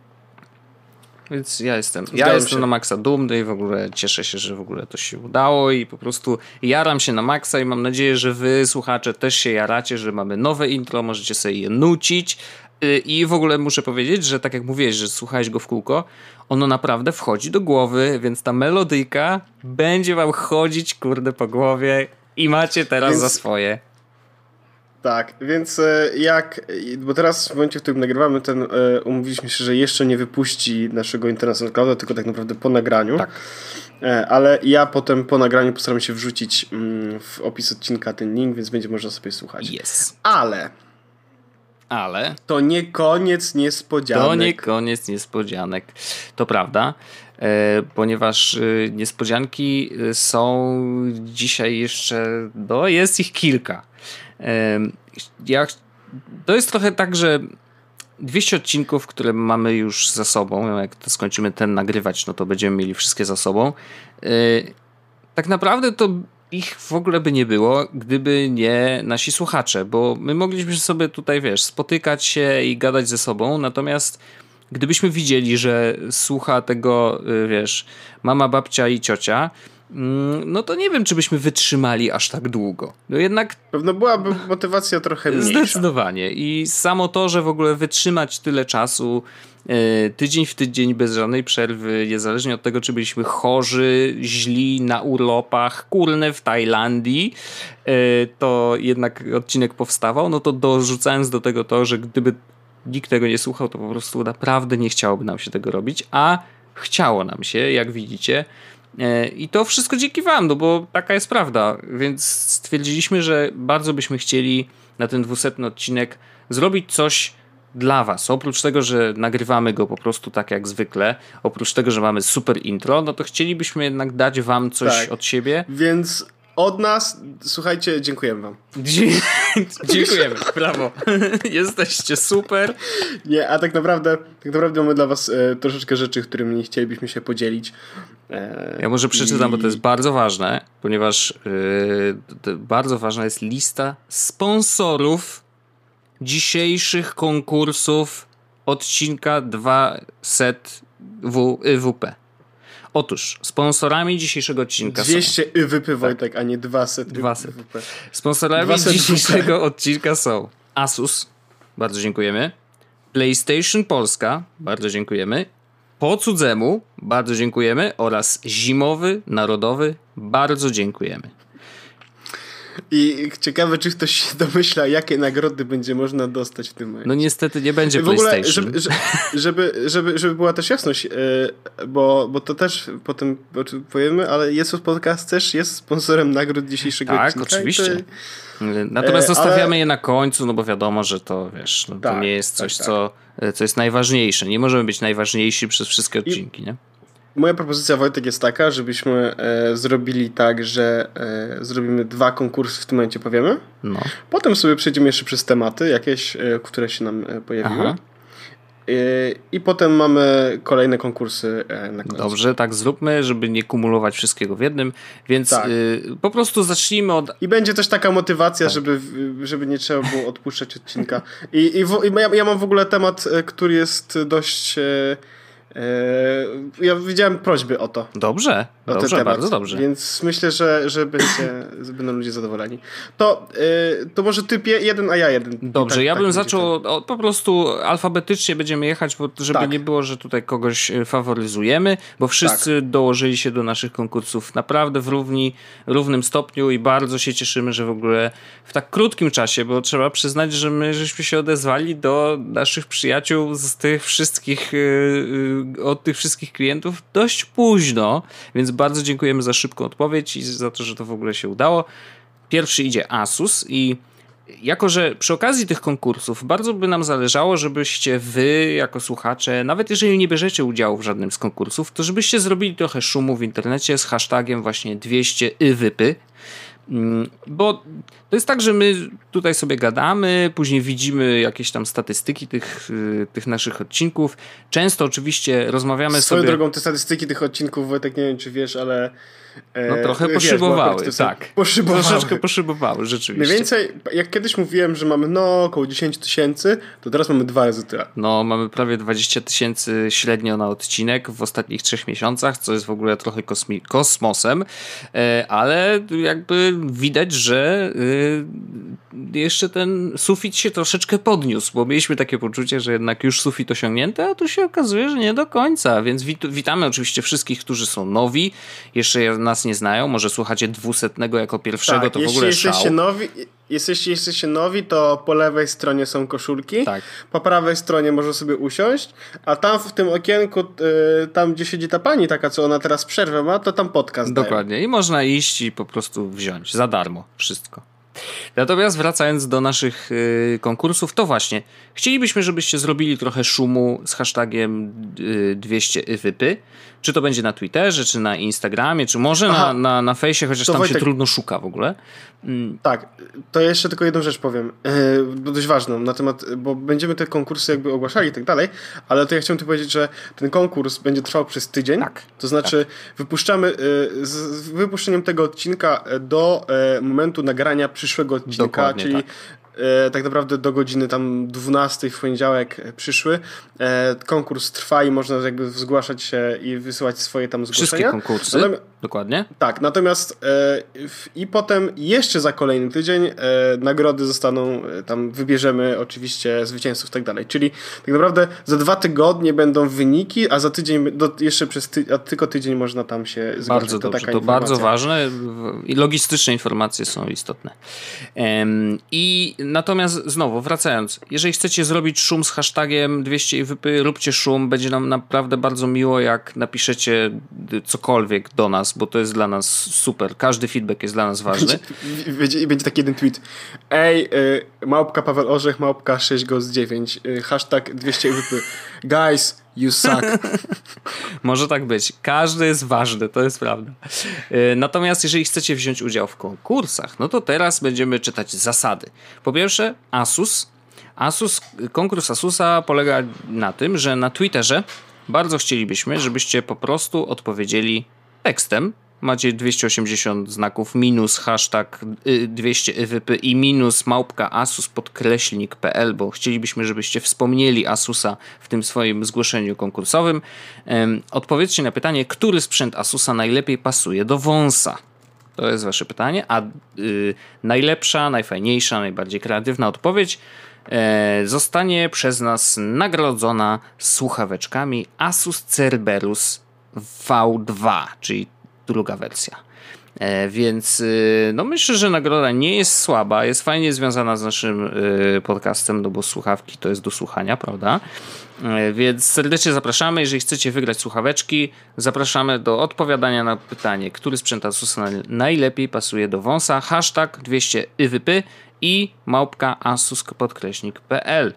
Więc ja jestem, ja jestem na maksa dumny i w ogóle cieszę się, że w ogóle to się udało i po prostu jaram się na maksa i mam nadzieję, że wy, słuchacze, też się jaracie, że mamy nowe intro, możecie sobie je nucić i w ogóle muszę powiedzieć, że tak jak mówiłeś, że słuchałeś go w kółko, ono naprawdę wchodzi do głowy, więc ta melodyjka będzie wam chodzić, kurde, po głowie i macie teraz więc... za swoje. Tak, więc jak, bo teraz w momencie, w którym nagrywamy ten, umówiliśmy się, że jeszcze nie wypuści naszego internetu SoundClouda, tylko tak naprawdę po nagraniu. Tak. Ale ja potem po nagraniu postaram się wrzucić w opis odcinka ten link, więc będzie można sobie słuchać. Yes. Ale... Ale... To nie koniec niespodzianek. To nie koniec niespodzianek. To prawda. E, ponieważ e, niespodzianki są dzisiaj jeszcze... No, jest ich kilka. Ja, to jest trochę tak, że dwieście odcinków, które mamy już za sobą, jak to skończymy ten nagrywać, no to będziemy mieli wszystkie za sobą. Tak naprawdę to ich w ogóle by nie było, gdyby nie nasi słuchacze, bo my mogliśmy sobie tutaj, wiesz, spotykać się i gadać ze sobą, natomiast gdybyśmy widzieli, że słucha tego, wiesz, mama, babcia i ciocia, no to nie wiem, czy byśmy wytrzymali aż tak długo. No jednak... Pewno byłaby motywacja trochę mniejsza. Zdecydowanie. I samo to, że w ogóle wytrzymać tyle czasu, yy, tydzień w tydzień bez żadnej przerwy, niezależnie od tego, czy byliśmy chorzy, źli, na urlopach, kurne w Tajlandii, yy, to jednak odcinek powstawał, no to dorzucając do tego to, że gdyby nikt tego nie słuchał, to po prostu naprawdę nie chciałoby nam się tego robić, a chciało nam się, jak widzicie. I to wszystko dzięki wam, no bo taka jest prawda, więc stwierdziliśmy, że bardzo byśmy chcieli na ten dwusetny odcinek zrobić coś dla was. Oprócz tego, że nagrywamy go po prostu tak jak zwykle, oprócz tego, że mamy super intro, no to chcielibyśmy jednak dać wam coś tak. od siebie. Więc od nas, słuchajcie, dziękujemy wam. Dzie- dziękujemy, brawo. Jesteście super. Nie, a tak naprawdę, tak naprawdę mamy dla was e, troszeczkę rzeczy, którymi chcielibyśmy się podzielić. E, ja może przeczytam, i... bo to jest bardzo ważne, ponieważ e, bardzo ważna jest lista sponsorów dzisiejszych konkursów odcinka dwieście W P. Otóż sponsorami dzisiejszego odcinka dwieście są... dwieście Y W P, Wojtek, tak. A nie dwieście Y W P. Sponsorami dzisiejszego odcinka są Asus, bardzo dziękujemy, PlayStation Polska, bardzo dziękujemy, Po cudzemu, bardzo dziękujemy, oraz Zimowy Narodowy, bardzo dziękujemy. I ciekawe, czy ktoś się domyśla, jakie nagrody będzie można dostać w tym momencie. No niestety nie będzie w ogóle, PlayStation. Żeby, żeby, żeby, żeby była też jasność, bo, bo to też potem powiemy, ale Jesus Podcast też jest sponsorem nagród dzisiejszego tak, odcinka. Tak, oczywiście. To... Natomiast zostawiamy ale... je na końcu, no bo wiadomo, że to wiesz, no, tak, to nie jest coś, tak, co, co jest najważniejsze. Nie możemy być najważniejsi przez wszystkie odcinki, I... nie? Moja propozycja, Wojtek, jest taka, żebyśmy e, zrobili tak, że e, zrobimy dwa konkursy, w tym momencie powiemy. No. Potem sobie przejdziemy jeszcze przez tematy jakieś, e, które się nam e, pojawiły. Aha. I potem mamy kolejne konkursy na końcu. Dobrze, tak zróbmy, żeby nie kumulować wszystkiego w jednym, więc tak. y, po prostu zacznijmy od... I będzie też taka motywacja, tak. żeby, żeby nie trzeba było odpuszczać odcinka. I, i, w, i ja, ja mam w ogóle temat, który jest dość... E, Ja widziałem prośby o to. Dobrze, o dobrze, temat, bardzo dobrze. Więc myślę, że, że będzie, będą ludzie zadowoleni. To, to może ty jeden, a ja jeden. Dobrze, tak, ja tak bym zaczął ten... po prostu alfabetycznie będziemy jechać, bo żeby tak. nie było, że tutaj kogoś faworyzujemy, bo wszyscy tak. dołożyli się do naszych konkursów naprawdę w równi, równym stopniu i bardzo się cieszymy, że w ogóle w tak krótkim czasie, bo trzeba przyznać, że my żeśmy się odezwali do naszych przyjaciół z tych wszystkich od tych wszystkich klientów dość późno, więc bardzo dziękujemy za szybką odpowiedź i za to, że to w ogóle się udało. Pierwszy idzie Asus i jako, że przy okazji tych konkursów bardzo by nam zależało, żebyście wy jako słuchacze, nawet jeżeli nie bierzecie udziału w żadnym z konkursów, to żebyście zrobili trochę szumu w internecie z hashtagiem właśnie dwieście i wypy. Bo to jest tak, że my tutaj sobie gadamy, później widzimy jakieś tam statystyki tych, tych naszych odcinków. Często oczywiście rozmawiamy Swoją sobie... Swoją drogą te statystyki tych odcinków, Wojtek, nie wiem czy wiesz, ale... No trochę poszybowały, wiesz, tak. Poszybowały. Troszeczkę poszybowały, rzeczywiście. Mniej więcej, jak kiedyś mówiłem, że mamy no około dziesięć tysięcy, to teraz mamy dwa razy tyle. No, mamy prawie dwadzieścia tysięcy średnio na odcinek w ostatnich trzech miesiącach, co jest w ogóle trochę kosmi- kosmosem, ale jakby widać, że jeszcze ten sufit się troszeczkę podniósł, bo mieliśmy takie poczucie, że jednak już sufit osiągnięty, a tu się okazuje, że nie do końca, więc wit- witamy oczywiście wszystkich, którzy są nowi, jeszcze nas nie znają, może słuchacie dwusetnego jako pierwszego, tak, to w ogóle jesteście szał. Nowi, jesteście, jesteście nowi, to po lewej stronie są koszulki, tak. po prawej stronie można sobie usiąść, a tam w tym okienku, yy, tam gdzie siedzi ta pani taka, co ona teraz przerwę ma, to tam podcast Dokładnie. dają. I można iść i po prostu wziąć za darmo wszystko. Natomiast wracając do naszych y, konkursów, to właśnie chcielibyśmy, żebyście zrobili trochę szumu z hashtagiem y, dwieście i wypy. Czy to będzie na Twitterze, czy na Instagramie, czy może Aha, na, na, na fejsie, chociaż tam Wojtek, się trudno szuka w ogóle. Mm. Tak, to jeszcze tylko jedną rzecz powiem, yy, dość ważną na temat, bo będziemy te konkursy jakby ogłaszali i tak dalej, ale to ja chciałem tu powiedzieć, że ten konkurs będzie trwał przez tydzień, tak, to znaczy tak. wypuszczamy yy, z, z wypuszczeniem tego odcinka do yy, momentu nagrania przyszłego odcinka, Dokładnie, czyli tak. E, tak naprawdę do godziny tam dwunastej w poniedziałek przyszły. E, konkurs trwa i można jakby zgłaszać się i wysyłać swoje tam zgłoszenia. Wszystkie konkursy, Natom- dokładnie. Tak, natomiast e, w, i potem jeszcze za kolejny tydzień e, nagrody zostaną, e, tam wybierzemy oczywiście zwycięzców i tak dalej. Czyli tak naprawdę za dwa tygodnie będą wyniki, a za tydzień, do, jeszcze przez ty, a tylko tydzień można tam się zgłaszać. Bardzo to dobrze, taka to informacja. bardzo ważne i logistyczne informacje są istotne. Um, I natomiast znowu, wracając, jeżeli chcecie zrobić szum z hashtagiem dwieście i wypy, róbcie szum, będzie nam naprawdę bardzo miło, jak napiszecie cokolwiek do nas, bo to jest dla nas super, każdy feedback jest dla nas ważny. Będzie, będzie, będzie taki jeden tweet. Ej, y, małpka Paweł Orzech, małpka sześć goes dziewięć, y, hashtag dwieście i wypy. Guys, you suck. Może tak być. Każdy jest ważny, to jest prawda. Natomiast jeżeli chcecie wziąć udział w konkursach, no to teraz będziemy czytać zasady. Po pierwsze, Asus. Asus, konkurs Asusa polega na tym, że na Twitterze bardzo chcielibyśmy, żebyście po prostu odpowiedzieli tekstem. Macie dwieście osiemdziesiąt znaków minus hashtag dwieście i wypy i minus małpka asus podkreślnik kropka p l, bo chcielibyśmy, żebyście wspomnieli Asusa w tym swoim zgłoszeniu konkursowym. Um, odpowiedzcie na pytanie, który sprzęt Asusa najlepiej pasuje do wąsa. To jest wasze pytanie, a y, najlepsza, najfajniejsza, najbardziej kreatywna odpowiedź e, zostanie przez nas nagrodzona słuchaweczkami Asus Cerberus V dwa, czyli druga wersja. E, więc y, no myślę, że nagroda nie jest słaba, jest fajnie związana z naszym y, podcastem, no bo słuchawki to jest do słuchania, prawda? E, więc serdecznie zapraszamy, jeżeli chcecie wygrać słuchaweczki, zapraszamy do odpowiadania na pytanie, który sprzęt Asusa na, najlepiej pasuje do wąsa, hashtag dwieście i wypy i małpka asus podkreśnik kropka p l.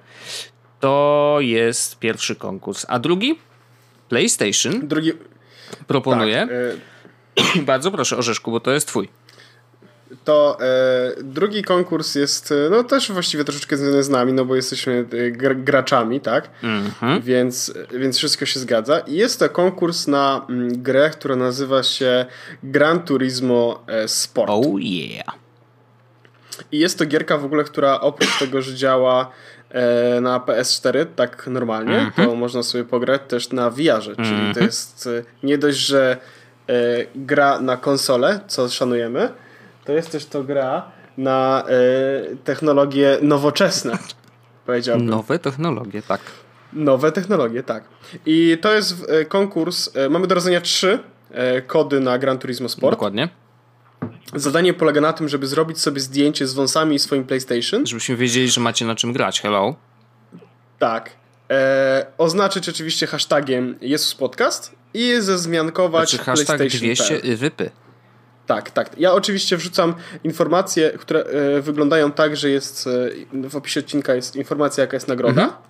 To jest pierwszy konkurs. A drugi? PlayStation. Drugi... Proponuje... Tak, y- Bardzo proszę, Orzeszku, bo to jest twój. to e, drugi konkurs jest no też właściwie troszeczkę związany z nami, no bo jesteśmy gr- graczami, tak? Mm-hmm. Więc, więc wszystko się zgadza. I jest to konkurs na m, grę, która nazywa się Gran Turismo e, Sport. Oh yeah. I jest to gierka w ogóle, która oprócz tego, że działa e, na P S cztery tak normalnie, mm-hmm. to można sobie pograć też na V R-ze, mm-hmm. czyli to jest e, nie dość, że e, gra na konsolę, co szanujemy, to jest też to gra na e, technologie nowoczesne, powiedziałbym. Nowe technologie, tak. Nowe technologie, tak. I to jest e, konkurs, e, mamy do rozdania trzy e, kody na Gran Turismo Sport. Dokładnie. Zadanie polega na tym, żeby zrobić sobie zdjęcie z wąsami i swoim PlayStation. Żebyśmy wiedzieli, że macie na czym grać. Hello. Tak. E, oznaczyć oczywiście hashtagiem Jesus Podcast i zezmiankować znaczy hashtag PlayStation dwieście wypy. Tak, tak. Ja oczywiście wrzucam informacje, które e, wyglądają tak, że jest e, w opisie odcinka jest informacja, jaka jest nagroda. Mhm.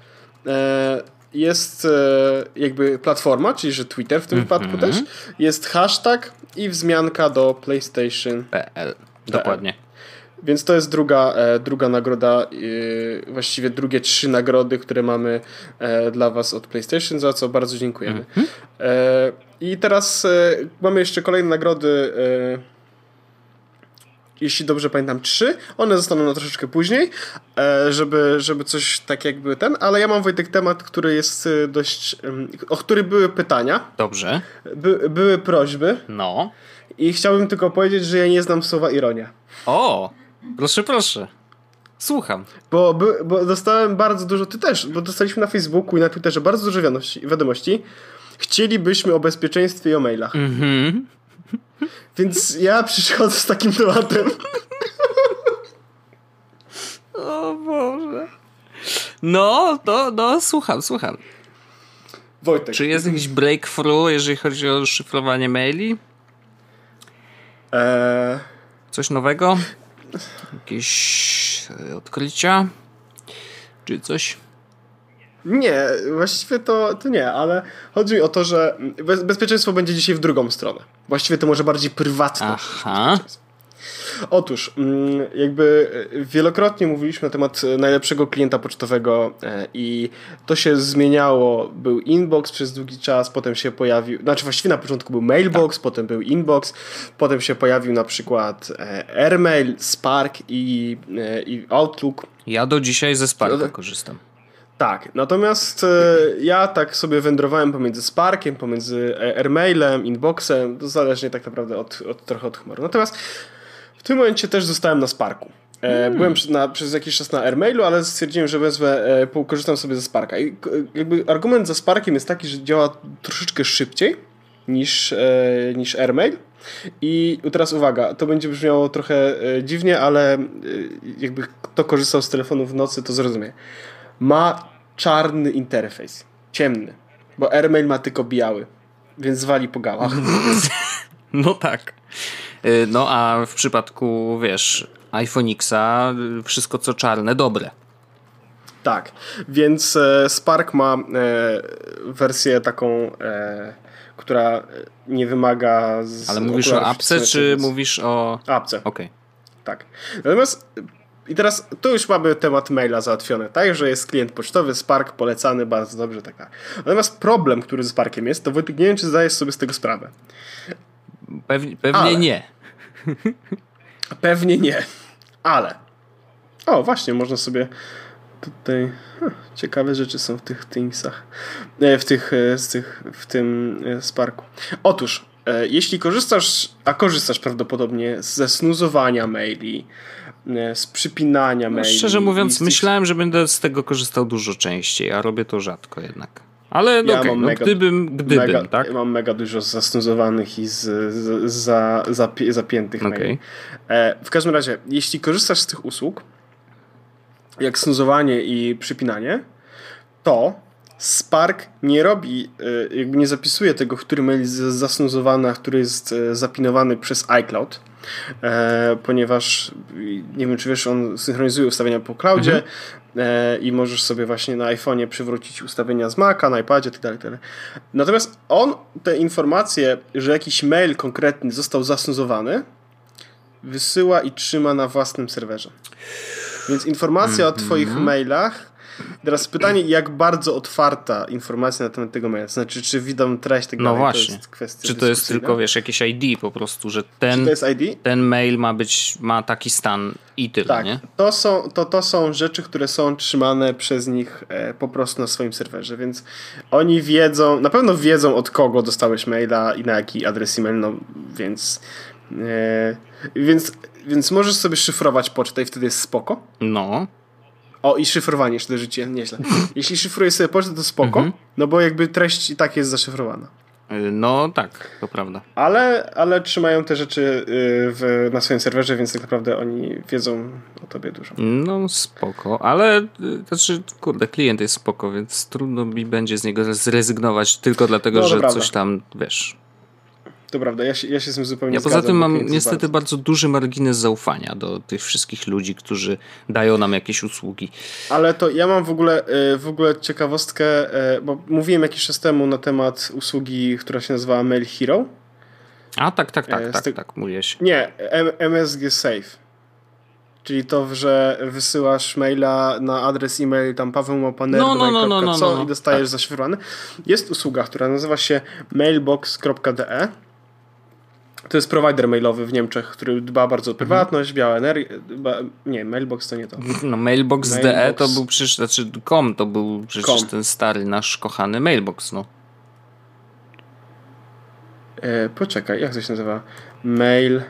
E, jest e, jakby platforma, czyli że Twitter w tym mhm. wypadku też. Jest hashtag i wzmianka do PlayStation kropka p l. Dokładnie. Więc to jest druga, e, druga nagroda, e, właściwie drugie trzy nagrody, które mamy e, dla was od PlayStation, za co bardzo dziękujemy. Mm-hmm. E, I teraz e, mamy jeszcze kolejne nagrody, e, jeśli dobrze pamiętam, trzy. One zostaną na troszeczkę później, e, żeby, żeby coś tak jakby ten, ale ja mam, Wojtek, temat, który jest dość, o który były pytania. Dobrze. By, były prośby. No. I chciałbym tylko powiedzieć, że ja nie znam słowa ironia. O! Proszę, proszę. Słucham. Bo, by, bo dostałem bardzo dużo, ty też, bo dostaliśmy na Facebooku i na Twitterze bardzo dużo wiadomości. wiadomości. Chcielibyśmy o bezpieczeństwie i o mailach. Mhm. Więc ja przychodzę z takim tematem. O Boże. No, to, no, słucham, słucham. Wojtek. Czy jest jakiś breakthrough, jeżeli chodzi o szyfrowanie maili? Eee... Coś nowego? Jakieś odkrycia? Czy coś? Nie, właściwie to, to nie, ale chodzi mi o to, że bez, bezpieczeństwo będzie dzisiaj w drugą stronę. Właściwie to może bardziej prywatność. Aha. Otóż, jakby wielokrotnie mówiliśmy na temat najlepszego klienta pocztowego i to się zmieniało. Był inbox przez długi czas, potem się pojawił, znaczy właściwie na początku był mailbox, tak. Potem był inbox, potem się pojawił na przykład AirMail, Spark i, i Outlook. Ja do dzisiaj ze Sparka no, korzystam. Tak, natomiast e, ja tak sobie wędrowałem pomiędzy Sparkiem, pomiędzy AirMailem, Inboxem, to zależnie tak naprawdę od, od, trochę od humoru. Natomiast w tym momencie też zostałem na Sparku. E, hmm. Byłem na, przez jakiś czas na AirMailu, ale stwierdziłem, że wezmę, e, korzystam sobie ze Sparka. I jakby argument za Sparkiem jest taki, że działa troszeczkę szybciej niż, e, niż AirMail. I teraz uwaga, to będzie brzmiało trochę e, dziwnie, ale e, jakby kto korzystał z telefonu w nocy, to zrozumie. Ma czarny interfejs. Ciemny. Bo AirMail ma tylko biały. Więc wali po gałach. No tak. No a w przypadku, wiesz, iPhone Xa wszystko co czarne, dobre. Tak. Więc e, Spark ma e, wersję taką, e, która nie wymaga... Z Ale mówisz o apce, czy mówisz o... Apce. Okej. Okay. Tak. Natomiast... I teraz tu już mamy temat maila załatwiony, tak? Że jest klient pocztowy, Spark polecany, bardzo dobrze, tak dalej. Natomiast problem, który z Sparkiem jest, to Wojtek, nie wiem, czy zdajesz sobie z tego sprawę. Pewnie, pewnie ale, nie. Pewnie nie. Ale. O, właśnie, można sobie tutaj... Huh, ciekawe rzeczy są w tych Thingsach. W tych, z tych, w tym Sparku. Otóż, jeśli korzystasz, a korzystasz prawdopodobnie ze snuzowania maili, z przypinania maili. No, szczerze mówiąc, myślałem, że będę z tego korzystał dużo częściej, a robię to rzadko jednak. Ale no, ja okay, no mega, gdybym, gdybym mega, tak? Ja mam mega dużo zasnuzowanych i z, z, za, zapie, zapiętych okay. maili. E, w każdym razie, jeśli korzystasz z tych usług, jak snuzowanie i przypinanie, to Spark nie robi, jakby nie zapisuje tego, który mail jest zasnuzowany, a który jest zapinowany przez iCloud, e, ponieważ nie wiem, czy wiesz, on synchronizuje ustawienia po cloudzie mhm. e, i możesz sobie właśnie na iPhone'ie przywrócić ustawienia z Maca, na iPadzie itd., itd. Natomiast on te informacje, że jakiś mail konkretny został zasnuzowany, wysyła i trzyma na własnym serwerze. Więc informacja mm-hmm. o twoich mailach. Teraz pytanie, jak bardzo otwarta informacja na temat tego maila. Znaczy, czy widzą treść tego no maila. właśnie. To jest kwestia czy to jest tylko, wiesz, jakieś I D po prostu, że ten, czy to jest I D? ten mail ma być, ma taki stan i tyle, tak, nie? To są, to, to są rzeczy, które są trzymane przez nich e, po prostu na swoim serwerze, więc oni wiedzą, na pewno wiedzą, od kogo dostałeś maila i na jaki adres e-mail, no więc e, więc, więc możesz sobie szyfrować pocztę i wtedy jest spoko. No. O, i szyfrowanie jeszcze życie, nieźle. Jeśli szyfrujesz sobie pocztę, to spoko, mm-hmm. no bo jakby treść i tak jest zaszyfrowana. No tak, to prawda. Ale, ale trzymają te rzeczy w, na swoim serwerze, więc tak naprawdę oni wiedzą o tobie dużo. No spoko, ale znaczy, kurde, klient jest spoko, więc trudno mi będzie z niego zrezygnować tylko dlatego, no, że prawda. Coś tam, wiesz... To prawda, ja się, ja się z tym zupełnie ja zgadzam. Poza tym mam niestety bardzo. bardzo duży margines zaufania do tych wszystkich ludzi, którzy dają nam jakieś usługi. Ale to ja mam w ogóle, w ogóle ciekawostkę, bo mówiłem jakiś czas temu na temat usługi, która się nazywa Mail Hero. A tak, tak, tak, tak, ty... tak, mówiłeś. Nie, M S G Safe. Czyli to, że wysyłasz maila na adres e-mail tam pawełmałpanergo no, no, no, no, no, no. i dostajesz tak. zaszyfrowany. Jest usługa, która nazywa się mailbox kropka d e. To jest provider mailowy w Niemczech, który dba bardzo o prywatność, mhm. biała energia. Nie, Mailbox to nie to. No Mailbox kropka d e to był przecież, znaczy com to był przecież com. ten stary nasz kochany Mailbox, no. E, poczekaj, jak to się nazywa? Mail...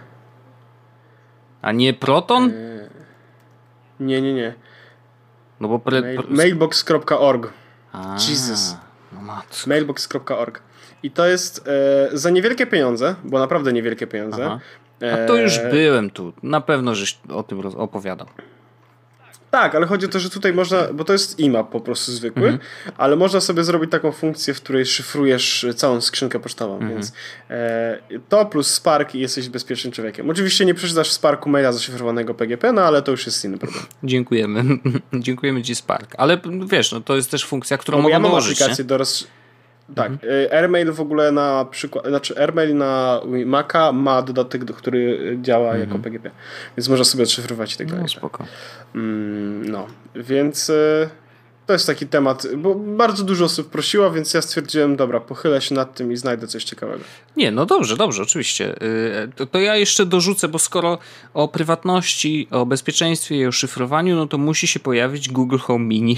A nie Proton? E, nie, nie, nie. No bo... Pre... Mail, mailbox kropka org. A, Jesus. No matko. mailbox kropka org. I to jest e, za niewielkie pieniądze, bo naprawdę niewielkie pieniądze. Aha. A to już byłem tu. Na pewno żeś o tym opowiadał. Tak, ale chodzi o to, że tutaj można, bo to jest I M A P po prostu zwykły, mhm. ale można sobie zrobić taką funkcję, w której szyfrujesz całą skrzynkę pocztową, mhm. więc e, to plus Spark i jesteś bezpiecznym człowiekiem. Oczywiście nie przeczytasz w Sparku maila zaszyfrowanego P G P, no ale to już jest inny problem. Dziękujemy. Dziękujemy ci Spark. Ale wiesz, no to jest też funkcja, którą no, mogę ja mam dołożyć, aplikację nie? do roz... Tak, mhm. AirMail w ogóle na przykład, znaczy AirMail na Maca ma dodatek, do, który działa mhm. jako P G P, więc można sobie odszyfrować i tak dalej. No spoko. Mm, no, więc y, to jest taki temat, bo bardzo dużo osób prosiło, więc ja stwierdziłem, dobra, pochylę się nad tym i znajdę coś ciekawego. Nie, no dobrze, dobrze, oczywiście. Yy, to, to ja jeszcze dorzucę, bo skoro o prywatności, o bezpieczeństwie i o szyfrowaniu, no to musi się pojawić Google Home Mini.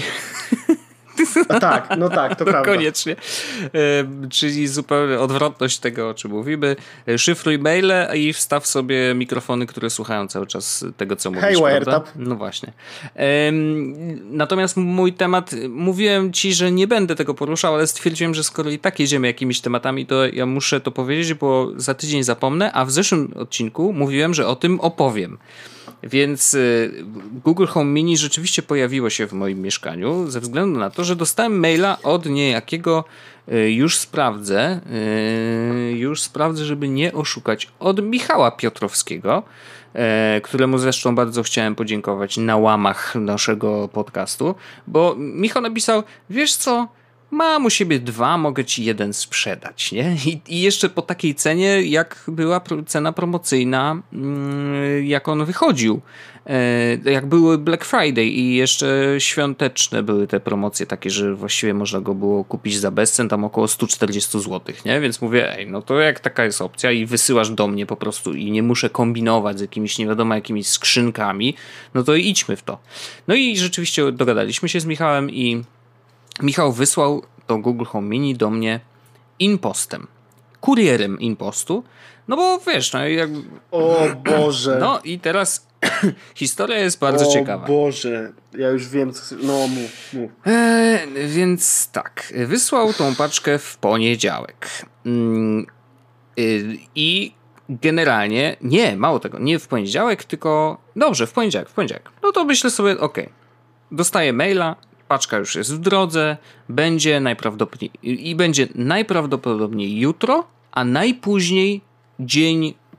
A tak, no tak, to prawda. Koniecznie. E, czyli zupełnie odwrotność tego, o czym mówimy. Szyfruj maile i wstaw sobie mikrofony, które słuchają cały czas tego, co mówisz. Hey, wiretap. No właśnie. E, natomiast mój temat, mówiłem ci, że nie będę tego poruszał, ale stwierdziłem, że skoro i tak jedziemy jakimiś tematami, to ja muszę to powiedzieć, bo za tydzień zapomnę, a w zeszłym odcinku mówiłem, że o tym opowiem. Więc Google Home Mini rzeczywiście pojawiło się w moim mieszkaniu ze względu na to, że dostałem maila od niejakiego, już sprawdzę, już sprawdzę, żeby nie oszukać, od Michała Piotrowskiego, któremu zresztą bardzo chciałem podziękować na łamach naszego podcastu, bo Michał napisał, wiesz co, mam u siebie dwa, mogę ci jeden sprzedać, nie? I, i jeszcze po takiej cenie, jak była pro, cena promocyjna, yy, jak on wychodził. Yy, jak były Black Friday i jeszcze świąteczne były te promocje takie, że właściwie można go było kupić za bezcen, tam około sto czterdzieści złotych, nie? Więc mówię, ej, no to jak taka jest opcja i wysyłasz do mnie po prostu i nie muszę kombinować z jakimiś nie wiadomo jakimiś skrzynkami, no to idźmy w to. No i rzeczywiście dogadaliśmy się z Michałem i Michał wysłał to Google Home Mini do mnie InPostem. Kurierem InPostu. No bo wiesz, no jak... O Boże. No i teraz historia jest bardzo o ciekawa. O Boże. Ja już wiem, co... No mów, mów. E, więc tak. Wysłał tą paczkę w poniedziałek. Mm, y, I generalnie... Nie, mało tego. Nie w poniedziałek, tylko... Dobrze, w poniedziałek, w poniedziałek. No to myślę sobie, okej. Okay. Dostaję maila, paczka już jest w drodze, będzie najprawdopodobniej i będzie najprawdopodobniej jutro, a najpóźniej dzień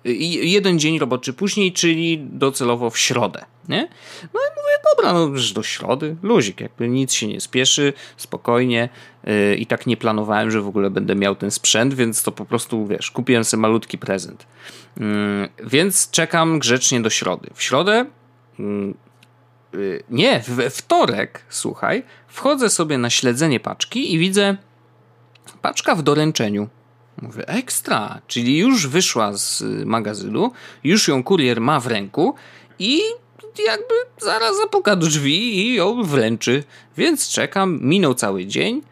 jeden dzień roboczy później, czyli docelowo w środę, nie? No i mówię, dobra, no już do środy, luzik, jakby nic się nie spieszy, spokojnie yy, i tak nie planowałem, że w ogóle będę miał ten sprzęt, więc to po prostu, wiesz, kupiłem sobie malutki prezent. Yy, więc czekam grzecznie do środy. W środę, yy, yy, nie, we wtorek, słuchaj, wchodzę sobie na śledzenie paczki i widzę paczka w doręczeniu. Mówię, ekstra, czyli już wyszła z magazynu, już ją kurier ma w ręku i jakby zaraz zapuka do drzwi i ją wręczy. Więc czekam, minął cały dzień,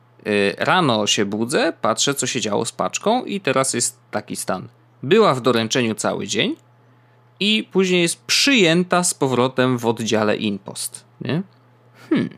rano się budzę, patrzę co się działo z paczką i teraz jest taki stan. Była w doręczeniu cały dzień i później jest przyjęta z powrotem w oddziale InPost. Nie? Hmm.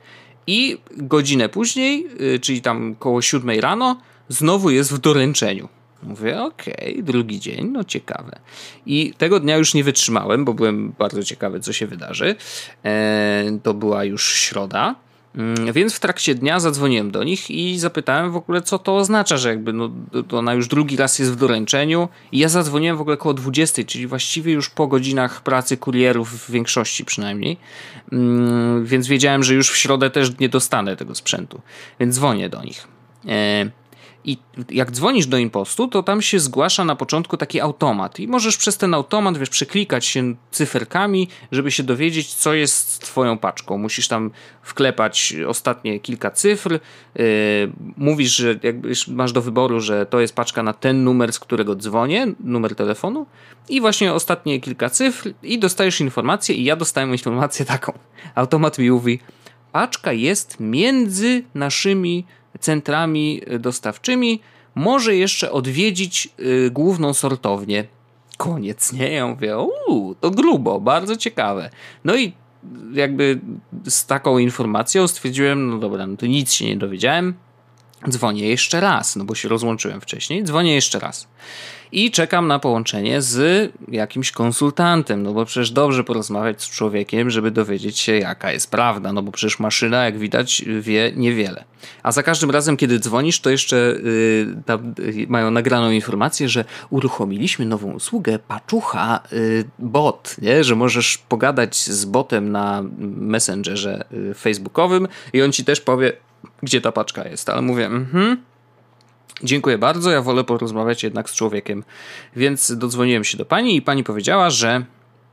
I godzinę później, czyli tam koło siódmej rano, znowu jest w doręczeniu. Mówię, okej, okay, drugi dzień, no ciekawe. I tego dnia już nie wytrzymałem, bo byłem bardzo ciekawy, co się wydarzy. Eee, to była już środa. Eee, więc w trakcie dnia zadzwoniłem do nich i zapytałem w ogóle, co to oznacza, że jakby no, to ona już drugi raz jest w doręczeniu. I ja zadzwoniłem w ogóle koło dwudziestej, czyli właściwie już po godzinach pracy kurierów, w większości przynajmniej. Eee, więc wiedziałem, że już w środę też nie dostanę tego sprzętu. Więc dzwonię do nich. Eee, I jak dzwonisz do InPostu, to tam się zgłasza na początku taki automat i możesz przez ten automat, wiesz, przeklikać się cyferkami, żeby się dowiedzieć, co jest z twoją paczką. Musisz tam wklepać ostatnie kilka cyfr, yy, mówisz, że jakby masz do wyboru, że to jest paczka na ten numer, z którego dzwonię, numer telefonu i właśnie ostatnie kilka cyfr i dostajesz informację i ja dostałem informację taką. Automat mi mówi, paczka jest między naszymi centrami dostawczymi, może jeszcze odwiedzić y, główną sortownię. Koniec, nie? Ja mówię, uuu, to grubo, bardzo ciekawe. No i jakby z taką informacją stwierdziłem, no dobra, no to nic się nie dowiedziałem. Dzwonię jeszcze raz, no bo się rozłączyłem wcześniej. Dzwonię jeszcze raz. I czekam na połączenie z jakimś konsultantem, no bo przecież dobrze porozmawiać z człowiekiem, żeby dowiedzieć się, jaka jest prawda, no bo przecież maszyna, jak widać, wie niewiele. A za każdym razem, kiedy dzwonisz, to jeszcze yy, tam, yy, mają nagraną informację, że uruchomiliśmy nową usługę Paczucha yy, Bot, nie? Że możesz pogadać z botem na Messengerze yy, facebookowym i on ci też powie, gdzie ta paczka jest. Ale mówię, mhm. Dziękuję bardzo, ja wolę porozmawiać jednak z człowiekiem. Więc dodzwoniłem się do pani i pani powiedziała, że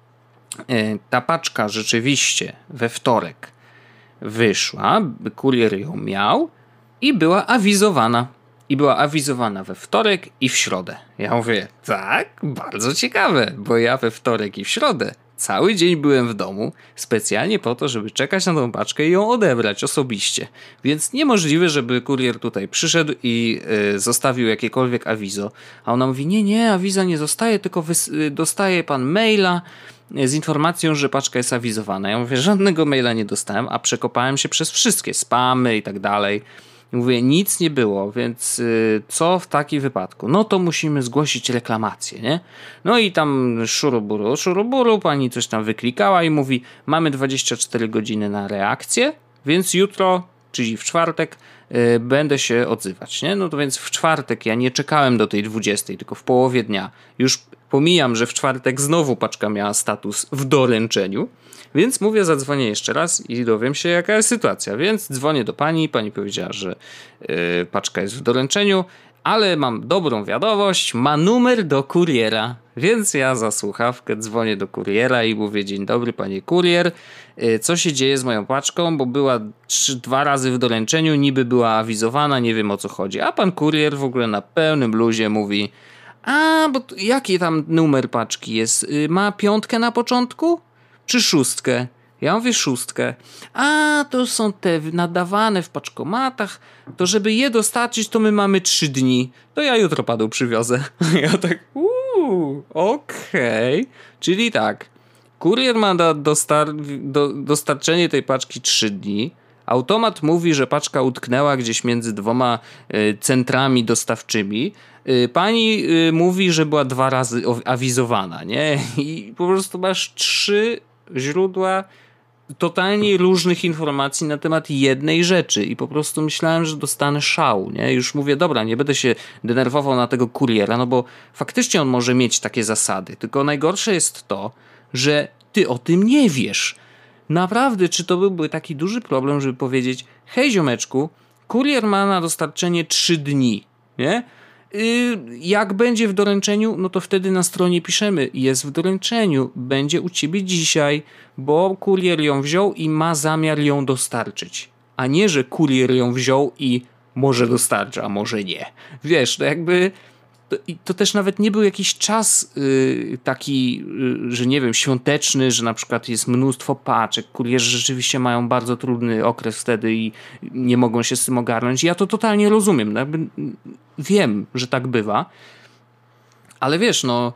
ta paczka rzeczywiście we wtorek wyszła, kurier ją miał i była awizowana. I była awizowana we wtorek i w środę. Ja mówię, tak, bardzo ciekawe, bo ja we wtorek i w środę cały dzień byłem w domu, specjalnie po to, żeby czekać na tą paczkę i ją odebrać osobiście. Więc niemożliwe, żeby kurier tutaj przyszedł i y, zostawił jakiekolwiek awizo. A ona mówi, nie, nie, awiza nie zostaje, tylko wys- dostaje pan maila z informacją, że paczka jest awizowana. Ja mówię, żadnego maila nie dostałem, a przekopałem się przez wszystkie spamy i tak dalej. Mówię, nic nie było, więc yy, co w takim wypadku? No to musimy zgłosić reklamację, nie? No i tam szuruburu, szuruburu, pani coś tam wyklikała i mówi, mamy dwadzieścia cztery godziny na reakcję, więc jutro, czyli w czwartek, yy, będę się odzywać, nie? No to więc w czwartek ja nie czekałem do tej dwudziestej, tylko w połowie dnia. Już pomijam, że w czwartek znowu paczka miała status w doręczeniu, więc mówię, zadzwonię jeszcze raz i dowiem się, jaka jest sytuacja. Więc dzwonię do pani, pani powiedziała, że yy, paczka jest w doręczeniu, ale mam dobrą wiadomość, ma numer do kuriera. Więc ja za słuchawkę dzwonię do kuriera i mówię, dzień dobry panie kurier, yy, co się dzieje z moją paczką, bo była trzy, dwa razy w doręczeniu, niby była awizowana, nie wiem o co chodzi. A pan kurier w ogóle na pełnym luzie mówi, a, bo t- jaki tam numer paczki jest? Yy, ma piątkę na początku? Czy szóstkę? Ja mówię szóstkę. A, to są te nadawane w paczkomatach, to żeby je dostarczyć, to my mamy trzy dni. To ja jutro panu przywiozę. Ja tak, uuu, okej. Okay. Czyli tak, kurier ma do, dostar- do, dostarczenie tej paczki trzy dni. Automat mówi, że paczka utknęła gdzieś między dwoma y, centrami dostawczymi. Y, pani y, mówi, że była dwa razy awizowana, nie? I po prostu masz trzy źródła totalnie różnych informacji na temat jednej rzeczy i po prostu myślałem, że dostanę szału, nie? Już mówię, dobra, nie będę się denerwował na tego kuriera, no bo faktycznie on może mieć takie zasady, tylko najgorsze jest to, że ty o tym nie wiesz. Naprawdę, czy to byłby taki duży problem, żeby powiedzieć, hej ziomeczku, kurier ma na dostarczenie trzy dni, nie? Jak będzie w doręczeniu, no to wtedy na stronie piszemy, jest w doręczeniu, będzie u ciebie dzisiaj, bo kurier ją wziął i ma zamiar ją dostarczyć. A nie, że kurier ją wziął i może dostarczy, a może nie. Wiesz, to jakby... To, to też nawet nie był jakiś czas yy, taki, yy, że nie wiem, świąteczny, że na przykład jest mnóstwo paczek. Kurierzy rzeczywiście mają bardzo trudny okres wtedy i nie mogą się z tym ogarnąć. Ja to totalnie rozumiem. No, jakby wiem, że tak bywa. Ale wiesz, no...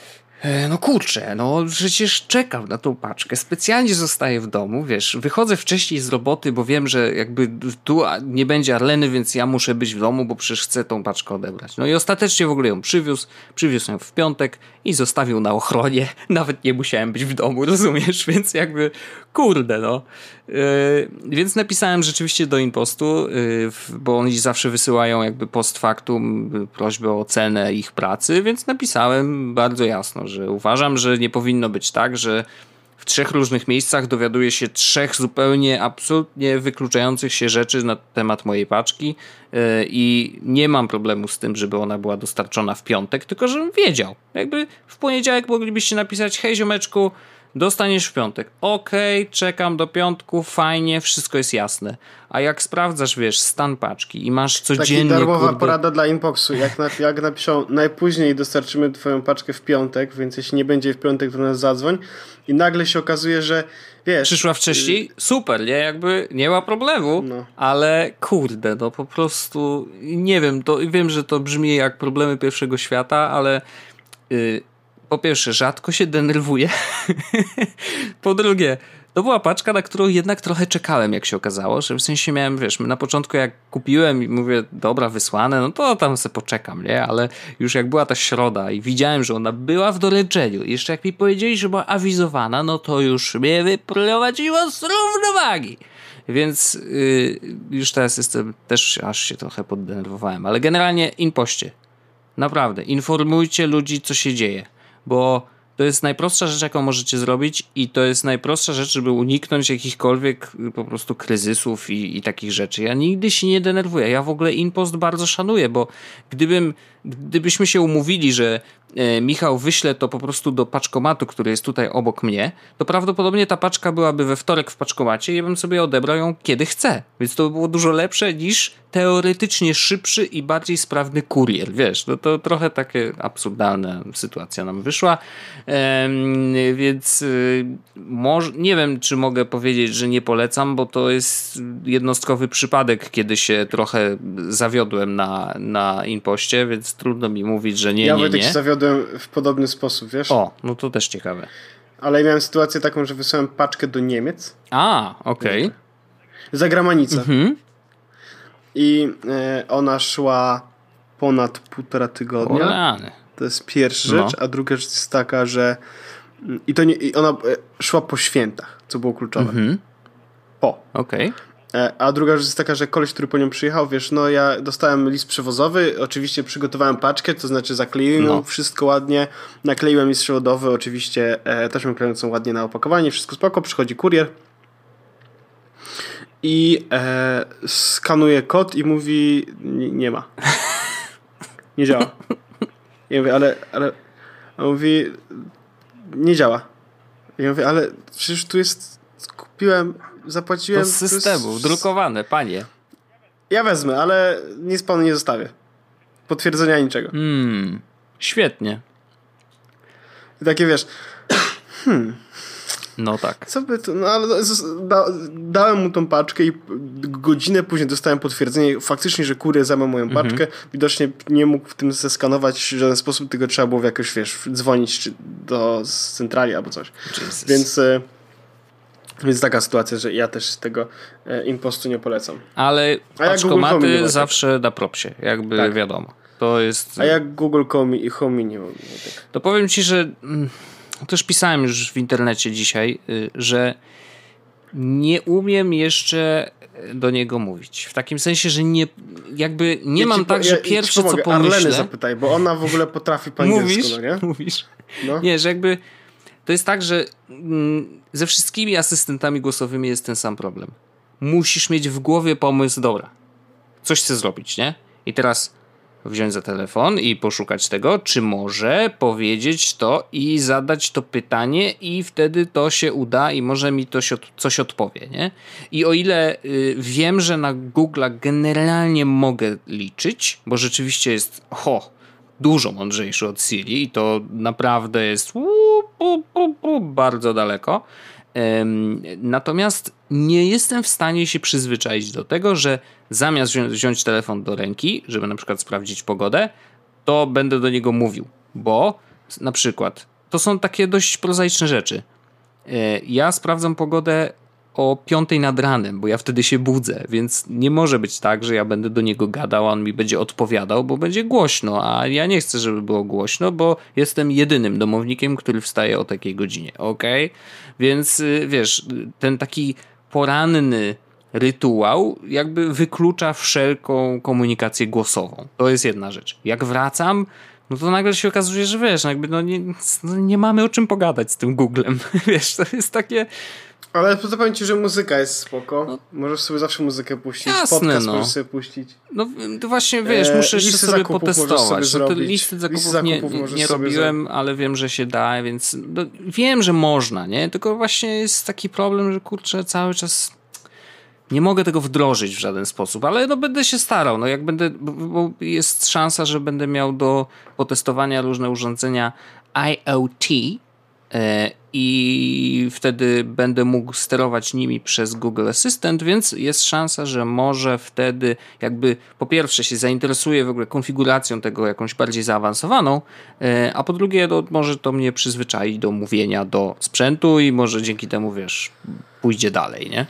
No kurczę, no przecież czekam na tą paczkę, specjalnie zostaję w domu, wiesz, wychodzę wcześniej z roboty, bo wiem, że jakby tu nie będzie Arleny, więc ja muszę być w domu, bo przecież chcę tą paczkę odebrać. No i ostatecznie w ogóle ją przywiózł, przywiózł ją w piątek i zostawił na ochronie, nawet nie musiałem być w domu, rozumiesz, więc jakby kurde no. Yy, więc napisałem rzeczywiście do Impostu, yy, bo oni zawsze wysyłają jakby post factum yy, prośbę o cenę ich pracy, więc napisałem bardzo jasno, że uważam, że nie powinno być tak, że w trzech różnych miejscach dowiaduję się trzech zupełnie absolutnie wykluczających się rzeczy na temat mojej paczki yy, i nie mam problemu z tym, żeby ona była dostarczona w piątek, tylko żebym wiedział. Jakby w poniedziałek moglibyście napisać, hej ziomeczku, dostaniesz w piątek. Okej, okay, czekam do piątku, fajnie, wszystko jest jasne. A jak sprawdzasz, wiesz, stan paczki i masz codziennie... Taka darmowa kurde... porada dla Inboxu. Jak, na, jak napiszą, najpóźniej dostarczymy twoją paczkę w piątek, więc jeśli nie będzie w piątek, to nas zadzwoń. I nagle się okazuje, że wiesz... Przyszła wcześniej? Super, nie? Jakby nie ma problemu. No. Ale kurde, no po prostu nie wiem, to wiem, że to brzmi jak problemy pierwszego świata, ale... Yy, po pierwsze, rzadko się denerwuję. Po drugie, to była paczka, na którą jednak trochę czekałem, jak się okazało, że w sensie miałem, wiesz, na początku jak kupiłem i mówię, dobra, wysłane, no to tam sobie poczekam, nie? Ale już jak była ta środa i widziałem, że ona była w doręczeniu, jeszcze jak mi powiedzieli, że była awizowana, no to już mnie wyprowadziło z równowagi. Więc yy, już teraz jestem, też aż się trochę poddenerwowałem, ale generalnie Impoście. Naprawdę, informujcie ludzi, co się dzieje. Bo to jest najprostsza rzecz, jaką możecie zrobić i to jest najprostsza rzecz, żeby uniknąć jakichkolwiek po prostu kryzysów i, i takich rzeczy. Ja nigdy się nie denerwuję. Ja w ogóle Impost bardzo szanuję, bo gdybym, gdybyśmy się umówili, że e, Michał wyśle to po prostu do paczkomatu, który jest tutaj obok mnie, to prawdopodobnie ta paczka byłaby we wtorek w paczkomacie i ja bym sobie odebrał ją kiedy chcę. Więc to by było dużo lepsze niż teoretycznie szybszy i bardziej sprawny kurier. Wiesz, no to trochę takie absurdalna sytuacja nam wyszła. Ehm, więc y, może, nie wiem, czy mogę powiedzieć, że nie polecam, bo to jest jednostkowy przypadek, kiedy się trochę zawiodłem na, na Impoście, więc trudno mi mówić, że nie, ja nie, nie. Ja się zawiodłem w podobny sposób, wiesz? O, no to też ciekawe. Ale miałem sytuację taką, że wysłałem paczkę do Niemiec. A, okej. Okay. Za granicę. Mhm. I e, ona szła ponad półtora tygodnia. Olany. To jest pierwsza rzecz, no. A druga rzecz jest taka, że i to nie, i ona szła po świętach, co było kluczowe. Mhm. Po. Okej. Okay. A druga rzecz jest taka, że koleś, który po nią przyjechał, wiesz, no ja dostałem list przewozowy, oczywiście przygotowałem paczkę, to znaczy zakleiłem no. wszystko ładnie, nakleiłem list przewodowy, oczywiście e, taśmą klejącą ładnie na opakowanie, wszystko spoko, przychodzi kurier i e, skanuje kod i mówi, nie, nie ma. Nie działa. Ja mówię, ale, ale on mówi, nie działa. Ja mówię, ale przecież tu jest, kupiłem, zapłaciłem. To z systemu, jest... drukowane, panie. Ja wezmę, ale nic panu nie zostawię. Potwierdzenia niczego. Hmm, świetnie. I takie wiesz, hmm. No tak. Co by to, no ale da, dałem mu tą paczkę i godzinę później dostałem potwierdzenie faktycznie, że kurier zajął moją mhm. paczkę. Widocznie nie mógł w tym zeskanować w żaden sposób, tylko trzeba było jakoś, wiesz, dzwonić czy do centrali albo coś. Jesus. Więc więc taka sytuacja, że ja też tego e, Impostu nie polecam. Ale paczkomaty zawsze na propsie, jakby tak. Wiadomo. To jest... A jak Google Home nie ma. Tak. To powiem ci, że też pisałem już w internecie dzisiaj, że nie umiem jeszcze do niego mówić. W takim sensie, że nie jakby nie ja mam ci, tak, ja, że pierwsze ja co pomyślę... Arleny zapytaj, bo ona w ogóle potrafi po angielsku, mówisz? no nie? Mówisz? No. Nie, że jakby to jest tak, że mm, ze wszystkimi asystentami głosowymi jest ten sam problem. Musisz mieć w głowie pomysł, dobra, coś chcę zrobić, nie? I teraz wziąć za telefon i poszukać tego, czy może powiedzieć to i zadać to pytanie i wtedy to się uda i może mi to się, coś odpowie, nie? I o ile y, wiem, że na Google'a generalnie mogę liczyć, bo rzeczywiście jest ho, dużo mądrzejszy od Siri i to naprawdę jest uu, uu, uu, uu, bardzo daleko. Um, natomiast nie jestem w stanie się przyzwyczaić do tego, że zamiast wziąć, wziąć telefon do ręki, żeby na przykład sprawdzić pogodę, to będę do niego mówił, bo na przykład to są takie dość prozaiczne rzeczy. Ja sprawdzam pogodę o piątej nad ranem, bo ja wtedy się budzę, więc nie może być tak, że ja będę do niego gadał, a on mi będzie odpowiadał, bo będzie głośno, a ja nie chcę, żeby było głośno, bo jestem jedynym domownikiem, który wstaje o takiej godzinie, okej? Okay? Więc wiesz, ten taki poranny rytuał jakby wyklucza wszelką komunikację głosową. To jest jedna rzecz. Jak wracam, no to nagle się okazuje, że wiesz, no jakby no nie, no nie mamy o czym pogadać z tym Googlem. Wiesz, to jest takie... Ale to powiem ci, że muzyka jest spoko. No, możesz sobie zawsze muzykę puścić. Jasne, podcast no. możesz sobie puścić. No to właśnie, wiesz, muszę jeszcze sobie potestować. Sobie no, to listy zakupów, listy zakupów nie, nie robiłem, ale wiem, że się da, więc no, wiem, że można, nie? Tylko właśnie jest taki problem, że kurczę, cały czas nie mogę tego wdrożyć w żaden sposób, ale no będę się starał. No jak będę, bo jest szansa, że będę miał do potestowania różne urządzenia IoT, i wtedy będę mógł sterować nimi przez Google Assistant, więc jest szansa, że może wtedy jakby po pierwsze się zainteresuję w ogóle konfiguracją tego jakąś bardziej zaawansowaną, a po drugie no, może to mnie przyzwyczai do mówienia do sprzętu i może dzięki temu, wiesz, pójdzie dalej, nie?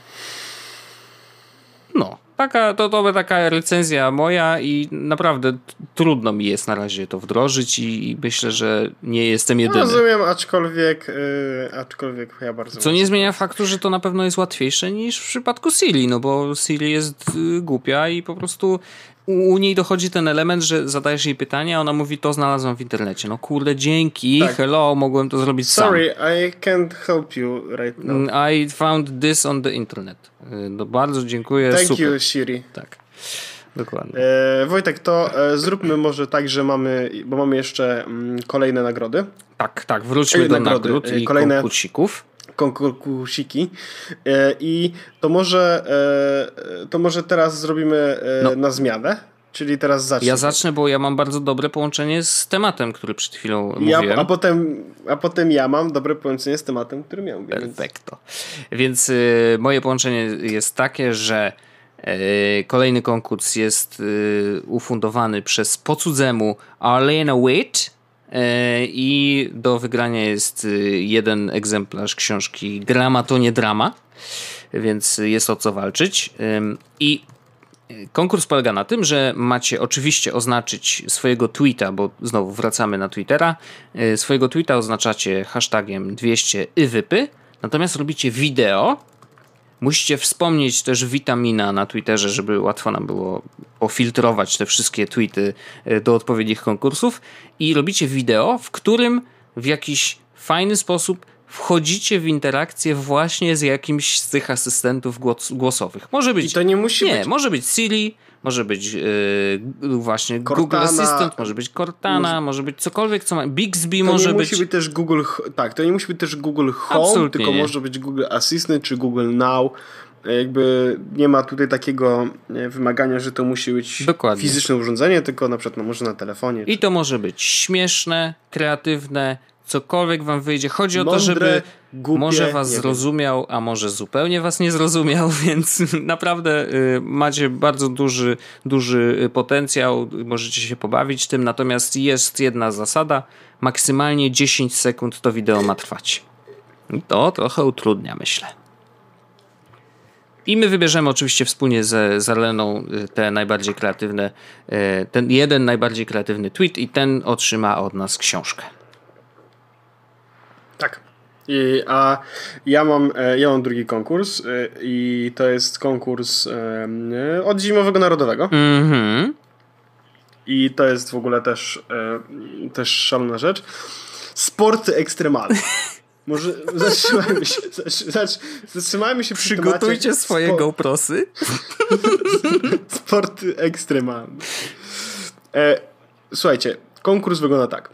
No. Taka, to, to taka recenzja moja i naprawdę t- trudno mi jest na razie to wdrożyć i, i myślę, że nie jestem jedyny. No, rozumiem, aczkolwiek, yy, aczkolwiek ja bardzo... Co nie zmienia faktu, że to na pewno jest łatwiejsze niż w przypadku Siri, no bo Siri jest y, głupia i po prostu u, u niej dochodzi ten element, że zadajesz jej pytanie, a ona mówi, to znalazłam w internecie. No kurde, dzięki, tak. Hello, mogłem to zrobić Sorry, sam. I can't help you right now. I found this on the internet. No bardzo dziękuję. Thank super. you, Siri. Tak, dokładnie. E, Wojtek, to e, zróbmy może tak, że mamy, bo mamy jeszcze m, kolejne nagrody. Tak, tak, wróćmy e, do nagrody, nagród i kolejne konkursików. Konkursiki. E, I to może, e, to może teraz zrobimy e, no. na zmianę. Czyli teraz zacznę. Ja zacznę, bo ja mam bardzo dobre połączenie z tematem, który przed chwilą ja, mówiłem. A potem, a potem ja mam dobre połączenie z tematem, który miałem. Perfekto. Więc, więc y, moje połączenie jest takie, że y, kolejny konkurs jest y, ufundowany przez po cudzemu Arlena Witt y, i do wygrania jest y, jeden egzemplarz książki Grama to nie drama, więc jest o co walczyć. Y, I konkurs polega na tym, że macie oczywiście oznaczyć swojego tweeta, bo znowu wracamy na Twittera. Swojego tweeta oznaczacie hashtagiem dwieście iwypy, natomiast robicie wideo. Musicie wspomnieć też witamina na Twitterze, żeby łatwo nam było pofiltrować te wszystkie tweety do odpowiednich konkursów. I robicie wideo, w którym w jakiś fajny sposób wchodzicie w interakcję właśnie z jakimś z tych asystentów głos- głosowych. Może być... I to nie musi nie, być... może być Siri, może być yy, właśnie Cortana, Google Assistant, może być Cortana, może, może być cokolwiek, co ma... Bixby to może nie być... musi być też Google... Tak, to nie musi być też Google Home, Absolutnie tylko nie. może być Google Assistant czy Google Now. Jakby nie ma tutaj takiego wymagania, że to musi być Dokładnie. fizyczne urządzenie, tylko na przykład no, może na telefonie. I czy... to może być śmieszne, kreatywne, cokolwiek wam wyjdzie. Chodzi Mądre, o to, żeby głupie, może was zrozumiał, wiem. a może zupełnie was nie zrozumiał, więc naprawdę y, macie bardzo duży, duży potencjał, możecie się pobawić tym, natomiast jest jedna zasada, maksymalnie dziesięć sekund to wideo ma trwać. I to trochę utrudnia, myślę. I my wybierzemy oczywiście wspólnie ze, z Arleną te najbardziej kreatywne, ten jeden najbardziej kreatywny tweet i ten otrzyma od nas książkę. Tak. I, a ja mam, ja mam drugi konkurs i to jest konkurs od Zimowego Narodowego. Mhm. I to jest w ogóle też, też szalona rzecz. Sporty ekstremalne. Może zatrzymajmy się. Zatrzymajmy się przy Przygotujcie temacie swoje spo... GoProsy. Sporty ekstremalne. E, słuchajcie, konkurs wygląda tak.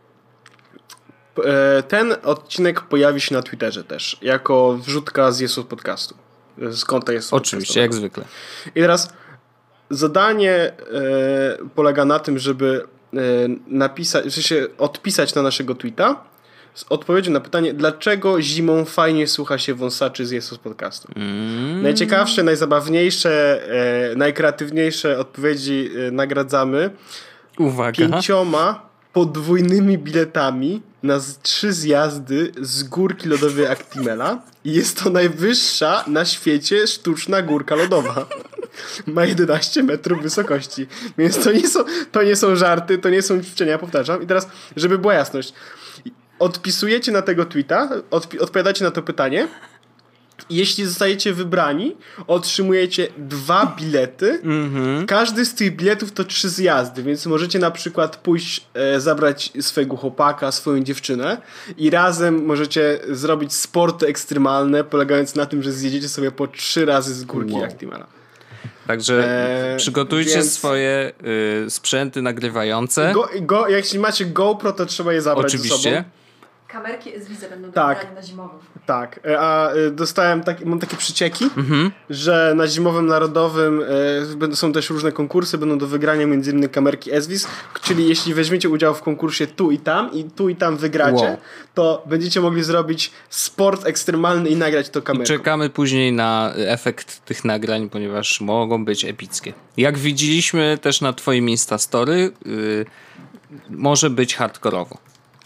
E, ten odcinek pojawi się na Twitterze też, jako wrzutka z Jesus Podcastu. Z konta Jesus Oczywiście, jak zwykle. I teraz zadanie e, polega na tym, żeby e, napisać, w sensie odpisać na naszego tweeta z odpowiedzią na pytanie, dlaczego zimą fajnie słucha się wąsaczy z Jesus Podcastu. Mm. Najciekawsze, najzabawniejsze, e, najkreatywniejsze odpowiedzi e, nagradzamy Uwaga. pięcioma podwójnymi biletami na z, trzy zjazdy z górki lodowej Actimela i jest to najwyższa na świecie sztuczna górka lodowa. Ma jedenaście metrów wysokości. Więc to nie są, to nie są żarty, to nie są ćwiczenia, powtarzam. I teraz, żeby była jasność, odpisujecie na tego tweeta, odp- odpowiadacie na to pytanie. Jeśli zostajecie wybrani, otrzymujecie dwa bilety. Mm-hmm. Każdy z tych biletów to trzy zjazdy, więc możecie na przykład pójść e, zabrać swojego chłopaka, swoją dziewczynę i razem możecie zrobić sporty ekstremalne, polegając na tym, że zjedziecie sobie po trzy razy z górki wow. Actimela. Także e, przygotujcie więc... swoje y, sprzęty nagrywające. Go, go, jeśli macie GoPro, to trzeba je zabrać Oczywiście. ze sobą. Kamerki S V I będą tak, dobrane na zimowym. Tak, a dostałem taki, mam takie przecieki, mm-hmm. że na Zimowym Narodowym e, są też różne konkursy, będą do wygrania między innymi kamerki S V I S, czyli jeśli weźmiecie udział w konkursie tu i tam i tu i tam wygracie, wow. to będziecie mogli zrobić sport ekstremalny i nagrać to kamerką. I czekamy później na efekt tych nagrań, ponieważ mogą być epickie. Jak widzieliśmy też na twoim Instastory, yy, może być hardkorowo.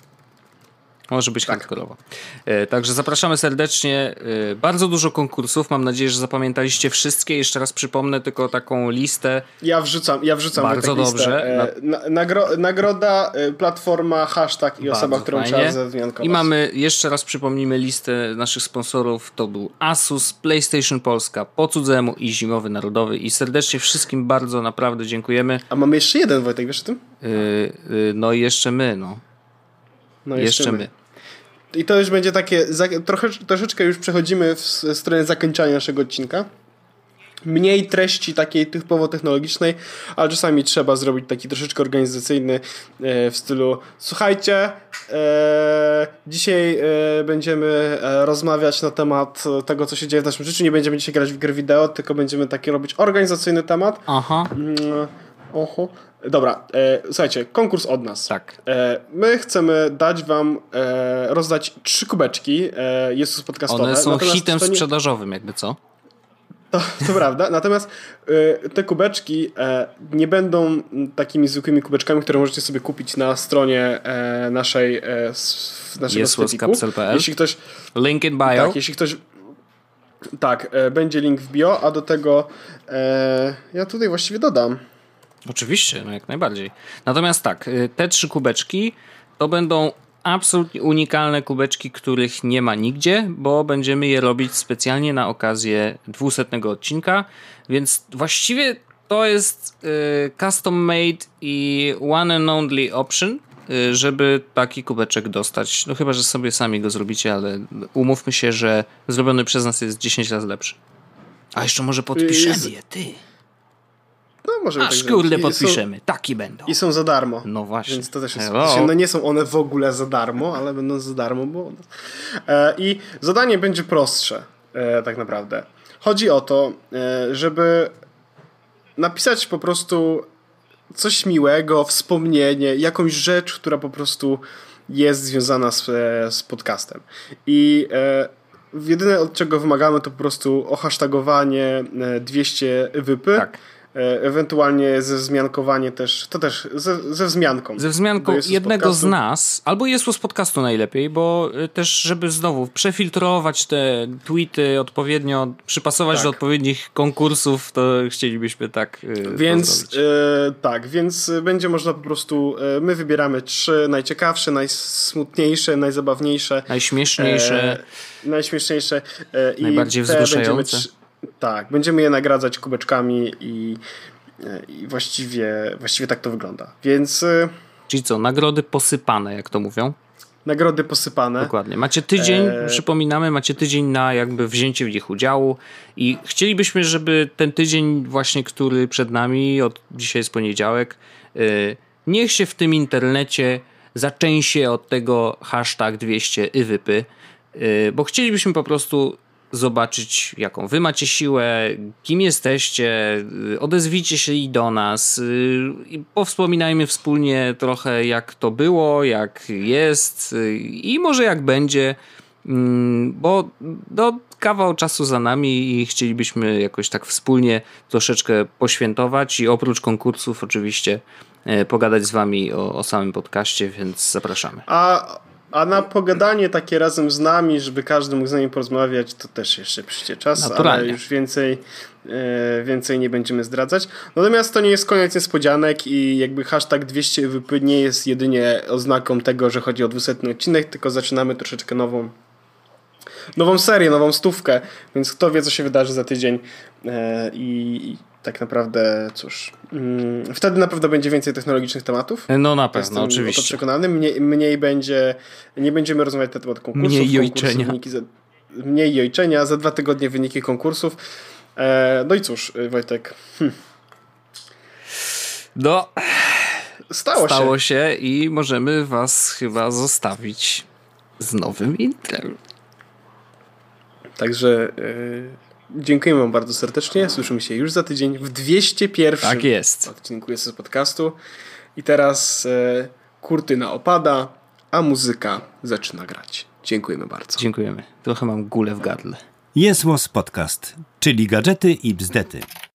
Może być tak. hardkorowo. E, także zapraszamy serdecznie. E, bardzo dużo konkursów. Mam nadzieję, że zapamiętaliście wszystkie. Jeszcze raz przypomnę tylko taką listę. Ja wrzucam, ja wrzucam bardzo dobrze. E, na, nagro, nagroda, e, platforma, hashtag i bardzo osoba, którą fajnie. Trzeba zawyjątkować. I mamy, jeszcze raz przypomnijmy listę naszych sponsorów. To był Asus, PlayStation Polska, Po Cudzemu i Zimowy Narodowy. I serdecznie wszystkim bardzo naprawdę dziękujemy. A mamy jeszcze jeden, Wojtek, wiesz o tym? E, e, no i jeszcze my, no. No jeszcze, jeszcze my. my. I to już będzie takie, trochę, troszeczkę już przechodzimy w stronę zakończenia naszego odcinka. Mniej treści takiej typowo technologicznej, ale czasami trzeba zrobić taki troszeczkę organizacyjny e, w stylu słuchajcie, e, dzisiaj e, będziemy e, rozmawiać na temat tego, co się dzieje w naszym życiu. Nie będziemy dzisiaj grać w gry wideo, tylko będziemy taki robić organizacyjny temat. Aha. Mm, oho. Dobra, e, słuchajcie, konkurs od nas. Tak. E, my chcemy dać wam, e, rozdać trzy kubeczki e, Jesus podcastowe. One są Natomiast hitem nie... sprzedażowym, jakby co? To, to prawda, natomiast e, te kubeczki e, nie będą takimi zwykłymi kubeczkami, które możecie sobie kupić na stronie e, naszej e, s, naszego sklepiku. Jeśli ktoś... Link in bio. Tak, jeśli ktoś... Tak, e, będzie link w bio, a do tego e, ja tutaj właściwie dodam. Oczywiście, no jak najbardziej. Natomiast tak, te trzy kubeczki to będą absolutnie unikalne kubeczki, których nie ma nigdzie, bo będziemy je robić specjalnie na okazję dwusetnego odcinka, więc właściwie to jest y, custom made i one and only option, y, żeby taki kubeczek dostać. No chyba, że sobie sami go zrobicie, ale umówmy się, że zrobiony przez nas jest dziesięć razy lepszy. A jeszcze może podpiszemy je, ty. No, możemy Aż tak kurde podpiszemy. Są, Taki będą. I są za darmo. No właśnie. Więc to też jest... No nie są one w ogóle za darmo, ale będą za darmo. Bo... E, I zadanie będzie prostsze e, tak naprawdę. Chodzi o to, e, żeby napisać po prostu coś miłego, wspomnienie, jakąś rzecz, która po prostu jest związana z, z podcastem. I e, jedyne od czego wymagamy to po prostu ohasztagowanie dwieście wypy. Tak. ewentualnie ze wzmiankowanie też, to też ze, ze wzmianką. Ze wzmianką jednego podcastu. Z nas, albo Jesło z podcastu najlepiej, bo też, żeby znowu przefiltrować te tweety odpowiednio, przypasować tak. do odpowiednich konkursów, to chcielibyśmy tak Więc e, tak, więc będzie można po prostu, e, my wybieramy trzy najciekawsze, najsmutniejsze, najzabawniejsze, najśmieszniejsze, e, najśmieszniejsze e, najbardziej i wzruszające. Tak, będziemy je nagradzać kubeczkami i, i właściwie, właściwie tak to wygląda. Więc... Czyli co, nagrody posypane, jak to mówią? Nagrody posypane. Dokładnie. Macie tydzień, e... przypominamy, macie tydzień na jakby wzięcie w nich udziału i chcielibyśmy, żeby ten tydzień właśnie, który przed nami, od dzisiaj jest poniedziałek, yy, niech się w tym internecie zaczęsie od tego hashtag dwieście iwypy, yy, bo chcielibyśmy po prostu zobaczyć, jaką wy macie siłę, kim jesteście, odezwijcie się i do nas i powspominajmy wspólnie trochę, jak to było, jak jest i może jak będzie, bo do kawał czasu za nami i chcielibyśmy jakoś tak wspólnie troszeczkę poświętować i oprócz konkursów oczywiście pogadać z wami o, o samym podcaście, więc zapraszamy. A A na pogadanie takie razem z nami, żeby każdy mógł z nami porozmawiać, to też jeszcze przyjdzie czas, naturalnie. Ale już więcej, e, więcej nie będziemy zdradzać. Natomiast to nie jest koniec niespodzianek i jakby hashtag dwieście iwypy nie jest jedynie oznaką tego, że chodzi o dwusetny odcinek, tylko zaczynamy troszeczkę nową nową serię, nową stówkę, więc kto wie, co się wydarzy za tydzień e, i tak naprawdę, cóż, mm, wtedy na pewno będzie więcej technologicznych tematów. No na pewno, Jestem oczywiście. o to przekonany. Mniej, mniej będzie, nie będziemy rozmawiać na temat konkursów. Mniej jojczenia. Za, mniej jojczenia, za dwa tygodnie wyniki konkursów. E, no i cóż, Wojtek. Hm. No, stało, stało się. się i możemy was chyba zostawić z nowym intrem. Także yy, dziękujemy wam bardzo serdecznie. Słyszymy się już za tydzień w dwieście pierwszym tak jest. odcinku jest z podcastu. I teraz yy, kurtyna opada, a muzyka zaczyna grać. Dziękujemy bardzo. Dziękujemy. Trochę mam gulę w gardle. Jest Podcast, czyli gadżety i bzdety.